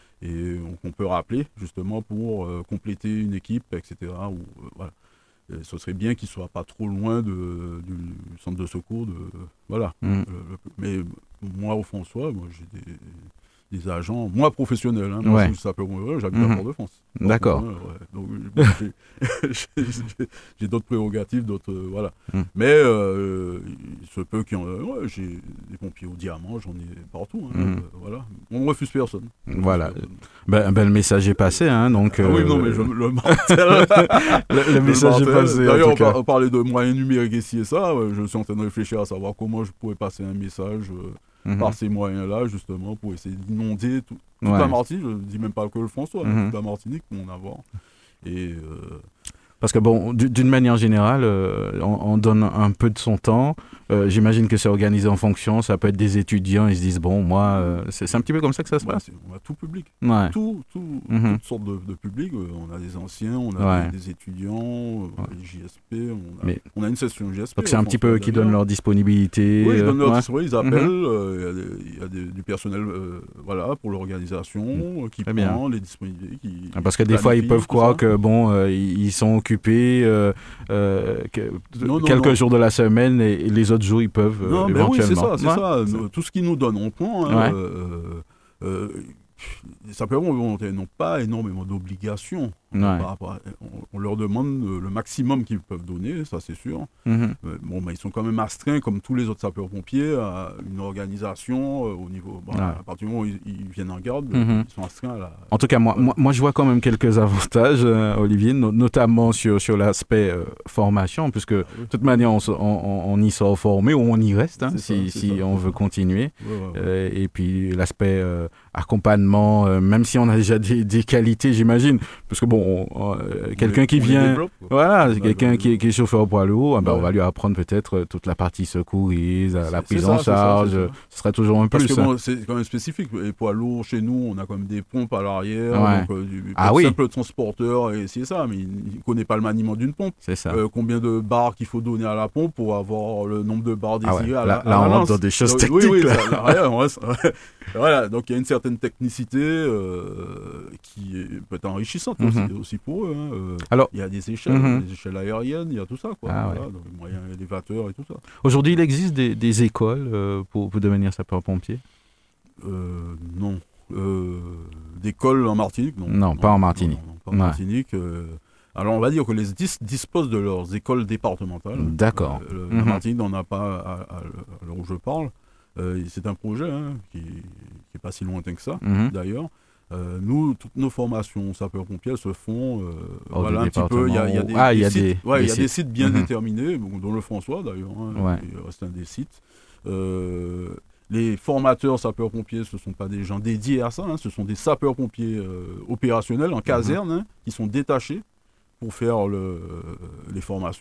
[SPEAKER 1] et on, on peut rappeler justement pour euh, compléter une équipe, et cetera. Ou, euh, voilà. Et ce serait bien qu'il ne soit pas trop loin de, du centre de secours. De, voilà.
[SPEAKER 4] Mhm.
[SPEAKER 1] Euh, mais moi, au François, moi, j'ai des, des agents, moi professionnels, hein, moi
[SPEAKER 4] Ouais.
[SPEAKER 1] je suis sapeur-pompier, j'habite
[SPEAKER 4] Mhm.
[SPEAKER 1] à Fort-de-France.
[SPEAKER 4] D'accord.
[SPEAKER 1] Ouais, ouais. Donc, bon, j'ai- j'ai, j'ai- j'ai d'autres prérogatives, d'autres. euh, voilà.
[SPEAKER 4] Mhm.
[SPEAKER 1] Mais euh, il se peut qu'il y en ait. Ouais, j'ai des pompiers au diamant, j'en ai partout. hein,
[SPEAKER 4] Mhm.
[SPEAKER 1] euh, voilà. On ne refuse personne. On refuse
[SPEAKER 4] Voilà.
[SPEAKER 1] personne.
[SPEAKER 4] Ben, ben, le message est passé, hein, donc.
[SPEAKER 1] Ah oui,
[SPEAKER 4] euh,
[SPEAKER 1] non, mais je le mentais.
[SPEAKER 4] le, le message est
[SPEAKER 1] mentais.
[SPEAKER 4] passé. en
[SPEAKER 1] D'ailleurs,
[SPEAKER 4] tout
[SPEAKER 1] on,
[SPEAKER 4] cas.
[SPEAKER 1] par- on parlait de moyens numériques ici et ça. ouais, Je suis en train de réfléchir à savoir comment je pourrais passer un message euh,
[SPEAKER 4] Mhm.
[SPEAKER 1] par ces moyens-là, justement, pour essayer d'inonder tout, toute
[SPEAKER 4] Ouais.
[SPEAKER 1] la Martinique. Je ne dis même pas que le François, hein,
[SPEAKER 4] Mhm.
[SPEAKER 1] toute la Martinique, pour en avoir. Et. euh,
[SPEAKER 4] Parce que bon, d- d'une manière générale, euh, on, on donne un peu de son temps. Euh, j'imagine que c'est organisé en fonction. Ça peut être des étudiants, ils se disent bon, moi, euh, c'est, c'est un petit peu comme ça que ça se
[SPEAKER 1] ouais,
[SPEAKER 4] passe.
[SPEAKER 1] c'est- on a tout public.
[SPEAKER 4] Ouais.
[SPEAKER 1] Tout, tout,
[SPEAKER 4] Mhm.
[SPEAKER 1] toutes sortes de, de publics. Euh, On a des anciens, on a
[SPEAKER 4] Ouais.
[SPEAKER 1] des, des étudiants, euh,
[SPEAKER 4] Ouais.
[SPEAKER 1] des J S P, on a,
[SPEAKER 4] Mais-
[SPEAKER 1] on a une session J S P.
[SPEAKER 4] Donc c'est un
[SPEAKER 1] au
[SPEAKER 4] petit peu eux
[SPEAKER 1] François
[SPEAKER 4] qui donnent
[SPEAKER 1] d'ailleurs.
[SPEAKER 4] leur disponibilité.
[SPEAKER 1] Oui, ils donnent leur
[SPEAKER 4] euh, ouais.
[SPEAKER 1] disponibilité, ils appellent, euh, il y a des- il y a, des- du personnel euh, voilà, pour l'organisation euh, qui
[SPEAKER 4] Très bien.
[SPEAKER 1] prend les disponibilités. Qui,
[SPEAKER 4] Parce que des fois, ils
[SPEAKER 1] planifie,
[SPEAKER 4] peuvent
[SPEAKER 1] tout
[SPEAKER 4] croire
[SPEAKER 1] ça.
[SPEAKER 4] que bon, euh, ils ils sont occupés euh, euh, que-
[SPEAKER 1] Non, non,
[SPEAKER 4] quelques
[SPEAKER 1] non.
[SPEAKER 4] jours de la semaine et, et les autres jours, ils peuvent euh,
[SPEAKER 1] Non, mais oui, c'est
[SPEAKER 4] éventuellement.
[SPEAKER 1] ça, c'est
[SPEAKER 4] Ouais.
[SPEAKER 1] ça. Nous, tout ce qu'ils nous donnent, on prend. hein,
[SPEAKER 4] Ouais.
[SPEAKER 1] euh, euh, les sapeurs-pompiers volontaires n'ont pas énormément d'obligations.
[SPEAKER 4] Ouais.
[SPEAKER 1] par rapport à- on, on leur demande euh, le maximum qu'ils peuvent donner, ça c'est sûr.
[SPEAKER 4] Mhm.
[SPEAKER 1] Euh, bon, bah, ils sont quand même astreints, comme tous les autres sapeurs-pompiers, à une organisation euh, au niveau. Bah,
[SPEAKER 4] Ouais.
[SPEAKER 1] À partir du moment où ils, ils viennent en garde,
[SPEAKER 4] Mhm.
[SPEAKER 1] ils sont astreints à la.
[SPEAKER 4] En tout cas, moi, moi, moi, je vois quand même quelques avantages, euh, Olivier, no- notamment sur, sur l'aspect euh, formation, puisque de
[SPEAKER 1] oui.
[SPEAKER 4] toute manière, on, se- on, on- on y sort formé ou on y reste, hein,
[SPEAKER 1] C'est ça,
[SPEAKER 4] si,
[SPEAKER 1] c'est
[SPEAKER 4] si
[SPEAKER 1] ça,
[SPEAKER 4] on
[SPEAKER 1] c'est
[SPEAKER 4] veut
[SPEAKER 1] ça.
[SPEAKER 4] continuer.
[SPEAKER 1] Ouais, ouais, ouais.
[SPEAKER 4] Euh, et puis l'aspect euh, accompagnement, euh, même si on a déjà des, des qualités, j'imagine, parce que bon, on- euh,
[SPEAKER 1] On
[SPEAKER 4] quelqu'un
[SPEAKER 1] les-
[SPEAKER 4] qui
[SPEAKER 1] on les
[SPEAKER 4] vient,
[SPEAKER 1] développe, quoi.
[SPEAKER 4] voilà,
[SPEAKER 1] Ouais,
[SPEAKER 4] quelqu'un
[SPEAKER 1] ouais,
[SPEAKER 4] qui, est- qui est chauffeur poids lourd, eh ben,
[SPEAKER 1] Ouais.
[SPEAKER 4] on va lui apprendre peut-être euh, toute la partie secourise, la
[SPEAKER 1] C'est-
[SPEAKER 4] prise
[SPEAKER 1] c'est
[SPEAKER 4] en
[SPEAKER 1] ça, c'est ça,
[SPEAKER 4] charge,
[SPEAKER 1] c'est ça.
[SPEAKER 4] euh, ce serait toujours un
[SPEAKER 1] Parce
[SPEAKER 4] plus.
[SPEAKER 1] que
[SPEAKER 4] hein.
[SPEAKER 1] bon, c'est quand même spécifique. Les poids lourds, chez nous, on a quand même des pompes à l'arrière.
[SPEAKER 4] Ouais.
[SPEAKER 1] Donc, euh, du,
[SPEAKER 4] Ah
[SPEAKER 1] pas de
[SPEAKER 4] oui.
[SPEAKER 1] simple transporteur, et c'est ça, mais il ne connaît pas le maniement d'une pompe.
[SPEAKER 4] C'est ça.
[SPEAKER 1] Euh, combien de barres qu'il faut donner à la pompe pour avoir le nombre de barres
[SPEAKER 4] Ah ouais,
[SPEAKER 1] désirées à
[SPEAKER 4] là-
[SPEAKER 1] la,
[SPEAKER 4] là,
[SPEAKER 1] à la
[SPEAKER 4] on rentre
[SPEAKER 1] lance.
[SPEAKER 4] dans des choses
[SPEAKER 1] Donc,
[SPEAKER 4] techniques,
[SPEAKER 1] Oui, oui,
[SPEAKER 4] là.
[SPEAKER 1] là, là, rien, on reste- voilà, donc il y a une certaine technicité euh, qui est- peut être enrichissante
[SPEAKER 4] Mhm.
[SPEAKER 1] aussi, aussi pour eux. hein. Euh,
[SPEAKER 4] Alors-
[SPEAKER 1] il y a des échelles,
[SPEAKER 4] Mhm.
[SPEAKER 1] des échelles aériennes, il y a tout ça. Quoi.
[SPEAKER 4] Ah
[SPEAKER 1] Voilà, donc, moyens élévateurs et tout ça.
[SPEAKER 4] Aujourd'hui, il existe des, des écoles euh, pour, pour devenir sapeur-pompier?
[SPEAKER 1] Euh, non. Euh, D'école en Martinique, non.
[SPEAKER 4] Non, pas en Martinique.
[SPEAKER 1] non, non, pas en
[SPEAKER 4] Ouais.
[SPEAKER 1] Martinique. euh, alors, on va dire que les dis disposent de leurs écoles départementales.
[SPEAKER 4] D'accord.
[SPEAKER 1] Euh, le- La
[SPEAKER 4] Mhm.
[SPEAKER 1] Martinique n'en a pas à, à- à l'heure où je parle. Euh, c'est un projet hein, qui n'est pas si lointain que ça,
[SPEAKER 4] Mhm.
[SPEAKER 1] d'ailleurs. Euh, nous, toutes nos formations sapeurs-pompiers se font euh,
[SPEAKER 4] Hors
[SPEAKER 1] voilà,
[SPEAKER 4] du
[SPEAKER 1] un petit peu. Il y a, il y a des,
[SPEAKER 4] Ah, il y a
[SPEAKER 1] sites,
[SPEAKER 4] des-
[SPEAKER 1] ouais,
[SPEAKER 4] des
[SPEAKER 1] il y a des
[SPEAKER 4] sites.
[SPEAKER 1] sites bien
[SPEAKER 4] Mhm.
[SPEAKER 1] déterminés, bon, dont le François d'ailleurs, hein,
[SPEAKER 4] Ouais.
[SPEAKER 1] qui reste un des sites. Euh, les formateurs sapeurs-pompiers, ce ne sont pas des gens dédiés à ça, hein, ce sont des sapeurs-pompiers euh, opérationnels en caserne hein, qui sont détachés pour faire le, les formations.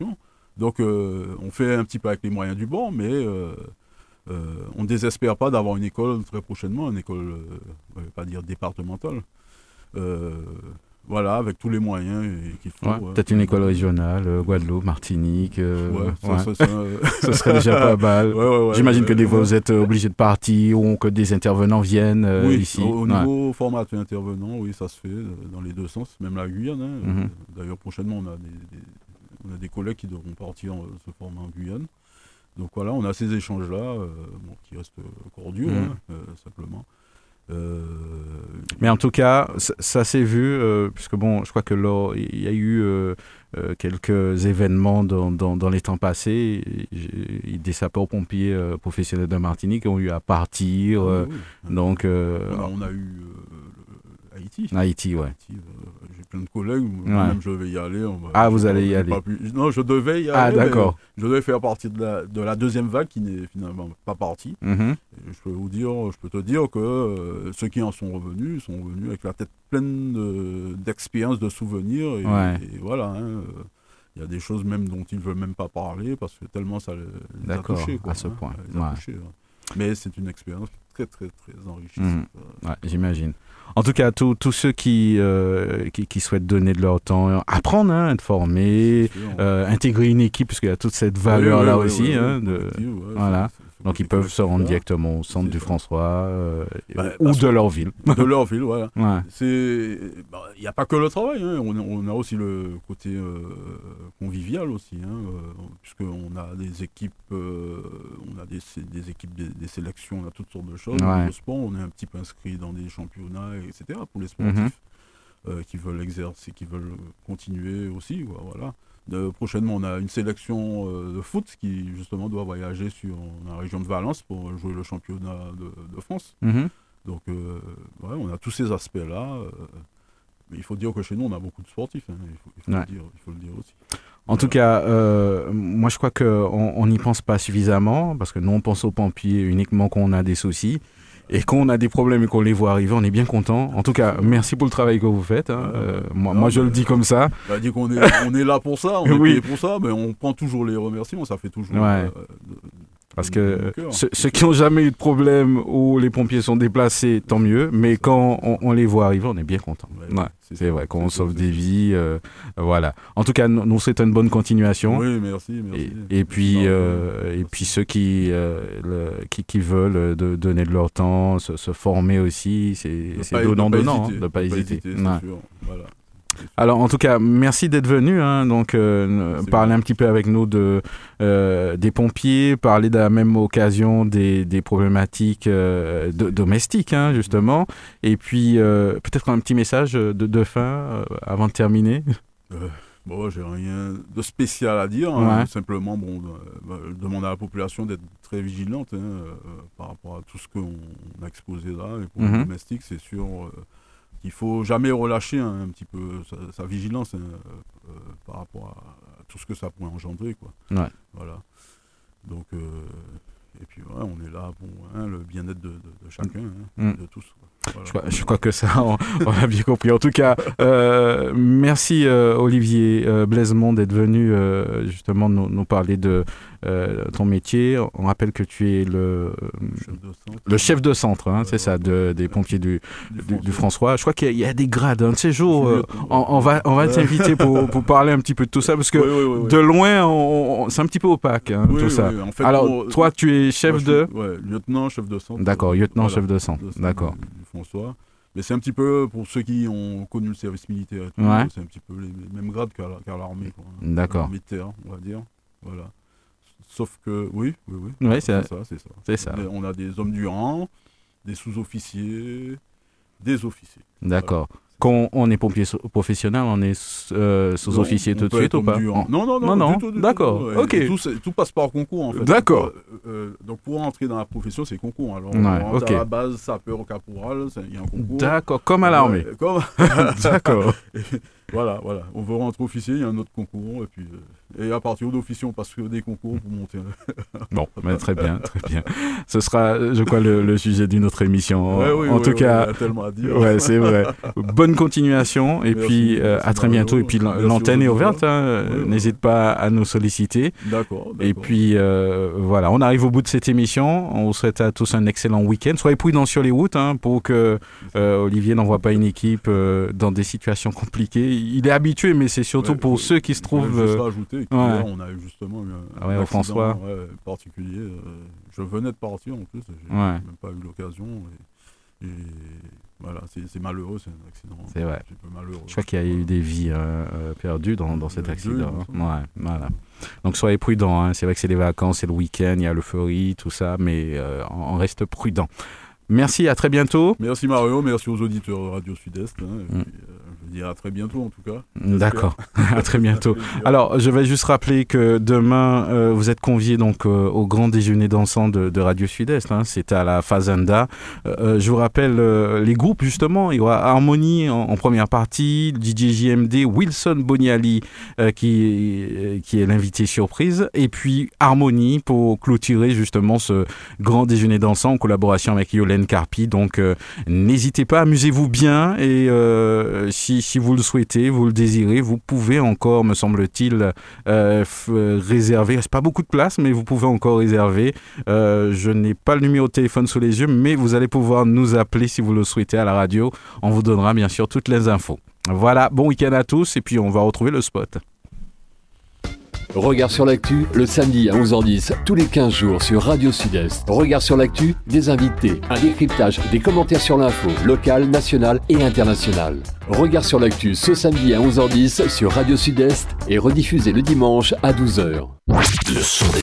[SPEAKER 1] Donc, euh, on fait un petit peu avec les moyens du bord, mais euh, euh, on ne désespère pas d'avoir une école très prochainement, une école, euh, je ne vais pas dire départementale. Euh, voilà, avec tous les moyens qu'il faut.
[SPEAKER 4] Ouais,
[SPEAKER 1] ouais.
[SPEAKER 4] Peut-être une école régionale, euh, Guadeloupe, Martinique. Euh,
[SPEAKER 1] Ouais, ça,
[SPEAKER 4] ouais.
[SPEAKER 1] ça, ça, euh,
[SPEAKER 4] Ce serait déjà pas mal.
[SPEAKER 1] Ouais, ouais, ouais,
[SPEAKER 4] J'imagine
[SPEAKER 1] ouais,
[SPEAKER 4] que des fois
[SPEAKER 1] ouais.
[SPEAKER 4] vous êtes obligé de partir ou que des intervenants viennent euh,
[SPEAKER 1] Oui,
[SPEAKER 4] ici.
[SPEAKER 1] au, au
[SPEAKER 4] Ouais.
[SPEAKER 1] niveau formaté intervenant, oui, ça se fait euh, dans les deux sens, même la Guyane. Hein.
[SPEAKER 4] Mhm.
[SPEAKER 1] Euh, D'ailleurs, prochainement, on a des, des- on a des collègues qui devront partir euh, se former en Guyane. Donc voilà, on a ces échanges-là, euh, bon, qui restent cordiaux,
[SPEAKER 4] Mhm.
[SPEAKER 1] hein, euh, simplement. Euh,
[SPEAKER 4] Mais en tout cas, ça, ça s'est vu, euh, puisque bon, je crois que là, il y a eu euh, euh, quelques événements dans, dans, dans les temps passés. Et j'ai- Des sapeurs-pompiers euh, professionnels de Martinique ont eu à partir. euh,
[SPEAKER 1] ah, oui.
[SPEAKER 4] donc, euh,
[SPEAKER 1] on, a, on a eu euh, le- Haïti.
[SPEAKER 4] Haïti, ouais.
[SPEAKER 1] Haïti, euh, j'ai plein de collègues,
[SPEAKER 4] Ouais.
[SPEAKER 1] même je vais y aller. on va-
[SPEAKER 4] Ah,
[SPEAKER 1] j'ai
[SPEAKER 4] vous
[SPEAKER 1] pas-
[SPEAKER 4] allez y
[SPEAKER 1] j'ai
[SPEAKER 4] aller.
[SPEAKER 1] pas pu- Non, je devais y
[SPEAKER 4] Ah,
[SPEAKER 1] aller. mais
[SPEAKER 4] d'accord.
[SPEAKER 1] Je devais faire partie de la, de la deuxième vague qui n'est finalement pas partie.
[SPEAKER 4] Mhm.
[SPEAKER 1] Et je peux vous dire, je peux te dire que euh, ceux qui en sont revenus sont revenus avec la tête pleine de- d'expériences, de souvenirs. Et,
[SPEAKER 4] Ouais.
[SPEAKER 1] et voilà. hein, euh, Il y a des choses même dont ils ne veulent même pas parler parce que tellement ça les les a
[SPEAKER 4] D'accord,
[SPEAKER 1] touchés. quoi,
[SPEAKER 4] à ce
[SPEAKER 1] hein,
[SPEAKER 4] point,
[SPEAKER 1] ça les a
[SPEAKER 4] ouais.
[SPEAKER 1] touchés, hein. Mais c'est une expérience très, très, très enrichissante.
[SPEAKER 4] Mhm. Ouais, j'imagine. En tout cas, tous tous ceux qui, euh, qui, qui souhaitent donner de leur temps, apprendre, hein, être formés,
[SPEAKER 1] C'est sûr.
[SPEAKER 4] euh, intégrer une équipe, parce qu'il y a toute cette valeur-là
[SPEAKER 1] Oui, oui,
[SPEAKER 4] aussi.
[SPEAKER 1] oui, oui,
[SPEAKER 4] hein,
[SPEAKER 1] oui,
[SPEAKER 4] de-
[SPEAKER 1] collectif, ouais,
[SPEAKER 4] voilà.
[SPEAKER 1] c'est- c'est- c'est
[SPEAKER 4] Donc, ils
[SPEAKER 1] ce
[SPEAKER 4] peuvent se rendre
[SPEAKER 1] collectif-là.
[SPEAKER 4] directement au centre
[SPEAKER 1] C'est
[SPEAKER 4] du
[SPEAKER 1] ça.
[SPEAKER 4] François euh,
[SPEAKER 1] Bah,
[SPEAKER 4] ou
[SPEAKER 1] parce
[SPEAKER 4] de
[SPEAKER 1] que-
[SPEAKER 4] leur ville.
[SPEAKER 1] De leur ville, voilà.
[SPEAKER 4] Ouais.
[SPEAKER 1] C'est, bah, il n'y a pas que le travail, hein. on, a- on a aussi le côté euh, convivial aussi, hein, euh, puisqu'on a des équipes, euh, on a des, sé- des équipes, des, des sélections, on a toutes sortes de choses.
[SPEAKER 4] Ouais.
[SPEAKER 1] Le sport, on est un petit peu inscrit dans des championnats, et cetera pour les
[SPEAKER 4] Mhm.
[SPEAKER 1] sportifs euh, qui veulent exercer, qui veulent continuer aussi, quoi, voilà. De- prochainement, on a une sélection euh, de foot qui justement doit voyager sur la région de Valence pour jouer le championnat de, de France.
[SPEAKER 4] Mhm.
[SPEAKER 1] Donc, euh, ouais, on a tous ces aspects-là. euh, mais il faut dire que chez nous, on a beaucoup de sportifs. hein, il, faut, il faut
[SPEAKER 4] Ouais.
[SPEAKER 1] le dire, il faut le dire aussi.
[SPEAKER 4] En tout cas, euh, moi je crois qu'on n'y pense pas suffisamment, parce que nous on pense aux pompiers uniquement quand on a des soucis. Et quand on a des problèmes et qu'on les voit arriver, on est bien content. En tout cas, merci pour le travail que vous faites. hein.
[SPEAKER 1] Ouais,
[SPEAKER 4] Euh,
[SPEAKER 1] ouais.
[SPEAKER 4] moi,
[SPEAKER 1] Non,
[SPEAKER 4] moi, je
[SPEAKER 1] mais-
[SPEAKER 4] le dis comme ça.
[SPEAKER 1] On dit qu'on est, on est là pour ça, on est
[SPEAKER 4] Oui.
[SPEAKER 1] payé pour ça, mais on prend toujours les remerciements, ça fait toujours.
[SPEAKER 4] Ouais.
[SPEAKER 1] euh, de-
[SPEAKER 4] Parce
[SPEAKER 1] de
[SPEAKER 4] que
[SPEAKER 1] mon cœur.
[SPEAKER 4] ceux, ceux qui n'ont jamais eu de problème où les pompiers sont déplacés, tant mieux. Mais quand on, on les voit arriver, on est bien content.
[SPEAKER 1] Ouais,
[SPEAKER 4] Ouais,
[SPEAKER 1] c'est
[SPEAKER 4] c'est
[SPEAKER 1] ça,
[SPEAKER 4] vrai, quand
[SPEAKER 1] c'est
[SPEAKER 4] on
[SPEAKER 1] ça,
[SPEAKER 4] sauve
[SPEAKER 1] c'est
[SPEAKER 4] des
[SPEAKER 1] ça.
[SPEAKER 4] vies. euh, voilà. En tout cas, nous, nous c'est une bonne continuation.
[SPEAKER 1] Oui, merci, merci.
[SPEAKER 4] Et, et puis,
[SPEAKER 1] Non,
[SPEAKER 4] euh, et
[SPEAKER 1] merci.
[SPEAKER 4] puis ceux qui, euh, le- qui, qui veulent euh, de, donner de leur temps, se, se former aussi, c'est
[SPEAKER 1] De
[SPEAKER 4] c'est
[SPEAKER 1] pas-
[SPEAKER 4] donnant
[SPEAKER 1] de pas
[SPEAKER 4] donnant,
[SPEAKER 1] hésiter,
[SPEAKER 4] hein, de pas hésiter.
[SPEAKER 1] c'est
[SPEAKER 4] Ouais.
[SPEAKER 1] sûr, voilà.
[SPEAKER 4] Alors en tout cas, merci d'être venu. Hein, donc euh,
[SPEAKER 1] C'est
[SPEAKER 4] parler
[SPEAKER 1] bon.
[SPEAKER 4] un petit peu avec nous de euh, des pompiers, parler de la même occasion des, des problématiques euh, de- domestiques hein, justement. Et puis euh, peut-être un petit message de, de fin euh, avant de terminer.
[SPEAKER 1] Euh, bon, j'ai rien de spécial à dire. hein.
[SPEAKER 4] Ouais.
[SPEAKER 1] Simplement, bon, euh, bah, je demande à la population d'être très vigilante hein, euh, par rapport à tout ce qu'on a exposé là. Et pour
[SPEAKER 4] Mhm.
[SPEAKER 1] le domestique, c'est sûr euh, qu'il faut jamais relâcher hein, un petit peu sa, sa vigilance hein, euh, par rapport à, à tout ce que ça pourrait engendrer, quoi.
[SPEAKER 4] Ouais.
[SPEAKER 1] Voilà. Donc, euh, et puis, ouais, on est là pour hein, le bien-être de, de- de chacun, hein,
[SPEAKER 4] Mm.
[SPEAKER 1] de tous. quoi. Voilà.
[SPEAKER 4] Je crois, je crois que ça, on, on a bien compris. En tout cas, euh, merci euh, Olivier euh, Blaisemont d'être venu euh, justement nous, nous parler de euh, ton métier. On rappelle que tu es le,
[SPEAKER 1] Chef de centre,
[SPEAKER 4] le chef de centre, hein,
[SPEAKER 1] Euh,
[SPEAKER 4] c'est ça, de, des pompiers du,
[SPEAKER 1] du
[SPEAKER 4] du, du
[SPEAKER 1] François.
[SPEAKER 4] François. Je crois qu'il y a, il y a des grades. Un de ces jours,
[SPEAKER 1] Je suis
[SPEAKER 4] euh,
[SPEAKER 1] lieutenant.
[SPEAKER 4] on, on va, on va
[SPEAKER 1] Ouais.
[SPEAKER 4] t'inviter pour, pour parler un petit peu de tout ça, parce que
[SPEAKER 1] Oui, oui, oui, oui.
[SPEAKER 4] de loin, on- on- c'est un petit peu opaque, hein,
[SPEAKER 1] Oui,
[SPEAKER 4] tout
[SPEAKER 1] oui,
[SPEAKER 4] ça.
[SPEAKER 1] oui. En fait,
[SPEAKER 4] Alors,
[SPEAKER 1] moi,
[SPEAKER 4] toi, tu es chef
[SPEAKER 1] moi, je
[SPEAKER 4] de...
[SPEAKER 1] suis- ouais, lieutenant, chef de centre.
[SPEAKER 4] D'accord, lieutenant,
[SPEAKER 1] Voilà,
[SPEAKER 4] chef de centre.
[SPEAKER 1] de centre
[SPEAKER 4] D'accord.
[SPEAKER 1] Du, du François. Mais c'est un petit peu, pour ceux qui ont connu le service militaire et tout,
[SPEAKER 4] Ouais.
[SPEAKER 1] c'est un petit peu les, les mêmes grades qu'à, la- qu'à l'armée. quoi.
[SPEAKER 4] D'accord.
[SPEAKER 1] L'armée de terre, on va dire. Voilà. Sauf que, oui, oui, oui.
[SPEAKER 4] Ouais, c'est-
[SPEAKER 1] ça, c'est ça.
[SPEAKER 4] c'est ça.
[SPEAKER 1] Mais on a des hommes du rang, des sous-officiers, des officiers.
[SPEAKER 4] D'accord. Quand on est pompier so- professionnel, on est euh, sous-officier
[SPEAKER 1] Non,
[SPEAKER 4] tout
[SPEAKER 1] on
[SPEAKER 4] de
[SPEAKER 1] peut
[SPEAKER 4] suite
[SPEAKER 1] être
[SPEAKER 4] ou
[SPEAKER 1] homme
[SPEAKER 4] pas
[SPEAKER 1] du rang. Non, non,
[SPEAKER 4] Non,
[SPEAKER 1] non,
[SPEAKER 4] non.
[SPEAKER 1] du tout, du
[SPEAKER 4] D'accord,
[SPEAKER 1] tout, ouais.
[SPEAKER 4] ok.
[SPEAKER 1] Et Tout, c'est- tout passe par concours, en fait.
[SPEAKER 4] D'accord.
[SPEAKER 1] Euh, euh, donc, pour entrer dans la profession, c'est concours. Alors,
[SPEAKER 4] Ouais,
[SPEAKER 1] on rentre
[SPEAKER 4] ok.
[SPEAKER 1] à la base, sapeur, caporal, c'est- il y a un concours.
[SPEAKER 4] D'accord, comme à l'armée.
[SPEAKER 1] Ouais, comme-
[SPEAKER 4] D'accord.
[SPEAKER 1] Voilà, voilà. On veut rentrer officier, il y a un autre concours. Et, puis, euh, et à partir d'officier, on passe sur des concours pour monter.
[SPEAKER 4] Bon, mais très bien, très bien. Ce sera, je crois, le, le sujet d'une autre émission.
[SPEAKER 1] Ouais, oui,
[SPEAKER 4] en
[SPEAKER 1] oui,
[SPEAKER 4] tout
[SPEAKER 1] oui,
[SPEAKER 4] cas,
[SPEAKER 1] il y a tellement à dire.
[SPEAKER 4] ouais, c'est vrai. Bonne bonne continuation et
[SPEAKER 1] Merci,
[SPEAKER 4] puis euh,
[SPEAKER 1] merci
[SPEAKER 4] à très
[SPEAKER 1] Mario.
[SPEAKER 4] bientôt. Et puis
[SPEAKER 1] Merci
[SPEAKER 4] l'antenne est
[SPEAKER 1] aux
[SPEAKER 4] ouverte, hein.
[SPEAKER 1] Oui, oui.
[SPEAKER 4] N'hésite pas à nous solliciter.
[SPEAKER 1] D'accord, d'accord.
[SPEAKER 4] Et puis euh, voilà, on arrive au bout de cette émission. On vous souhaite à tous un excellent week-end. Soyez prudents sur les routes hein, pour que euh, Olivier n'envoie pas une équipe euh, dans des situations compliquées. Il est habitué, mais c'est surtout
[SPEAKER 1] Ouais,
[SPEAKER 4] pour
[SPEAKER 1] faut-
[SPEAKER 4] ceux qui se
[SPEAKER 1] faut
[SPEAKER 4] trouvent.
[SPEAKER 1] juste
[SPEAKER 4] euh,
[SPEAKER 1] rajouter qu'hier,
[SPEAKER 4] ouais.
[SPEAKER 1] on a eu justement eu un,
[SPEAKER 4] Ah ouais,
[SPEAKER 1] un
[SPEAKER 4] au
[SPEAKER 1] accident,
[SPEAKER 4] François.
[SPEAKER 1] ouais, particulier. euh, je venais de partir en plus, j'ai
[SPEAKER 4] Ouais.
[SPEAKER 1] même pas eu l'occasion. Et, et voilà, c'est c'est malheureux, c'est un accident.
[SPEAKER 4] C'est vrai.
[SPEAKER 1] C'est un peu malheureux.
[SPEAKER 4] Je crois qu'il y a eu des vies euh, euh, perdues dans, dans cet
[SPEAKER 1] Il y a eu deux,
[SPEAKER 4] accident.
[SPEAKER 1] il me
[SPEAKER 4] hein. Ouais, voilà. Donc soyez prudents. Hein. C'est vrai que c'est les vacances, c'est le week-end, il y a l'euphorie, tout ça, mais euh, on on reste prudent. Merci, à très bientôt.
[SPEAKER 1] Merci Mario, merci aux auditeurs de Radio Sud-Est. Hein, et
[SPEAKER 4] Mm.
[SPEAKER 1] puis, euh, je veux dire à très bientôt en tout cas.
[SPEAKER 4] D'accord, à très bientôt.
[SPEAKER 1] Plaisir.
[SPEAKER 4] Alors, je vais juste rappeler que demain, euh, vous êtes conviés donc euh, au grand déjeuner dansant de, de Radio Sud-Est. Hein, c'est à la Fazenda. Euh, je vous rappelle euh, les groupes justement. Il y aura Harmonie en, en première partie, D J J M D, Wilson Boniali euh, qui euh, qui est l'invité surprise, et puis Harmonie pour clôturer justement ce grand déjeuner dansant en collaboration avec Yolène Carpi. Donc, euh, n'hésitez pas, amusez-vous bien et euh, si si vous le souhaitez, vous le désirez, vous pouvez encore, me semble-t-il, euh, f- euh, réserver. C'est pas beaucoup de place, mais vous pouvez encore réserver. Euh, je n'ai pas le numéro de téléphone sous les yeux, mais vous allez pouvoir nous appeler si vous le souhaitez à la radio. On vous donnera bien sûr toutes les infos. Voilà, bon week-end à tous et puis on va retrouver le spot.
[SPEAKER 3] Regard sur l'actu, le samedi à onze heures dix, tous les quinze jours sur Radio Sud-Est. Regard sur l'actu, des invités, un décryptage, des commentaires sur l'info, locale, nationale et internationale. Regard sur l'actu ce samedi à onze heures dix sur Radio Sud-Est et rediffusé le dimanche à douze heures.
[SPEAKER 6] Le son des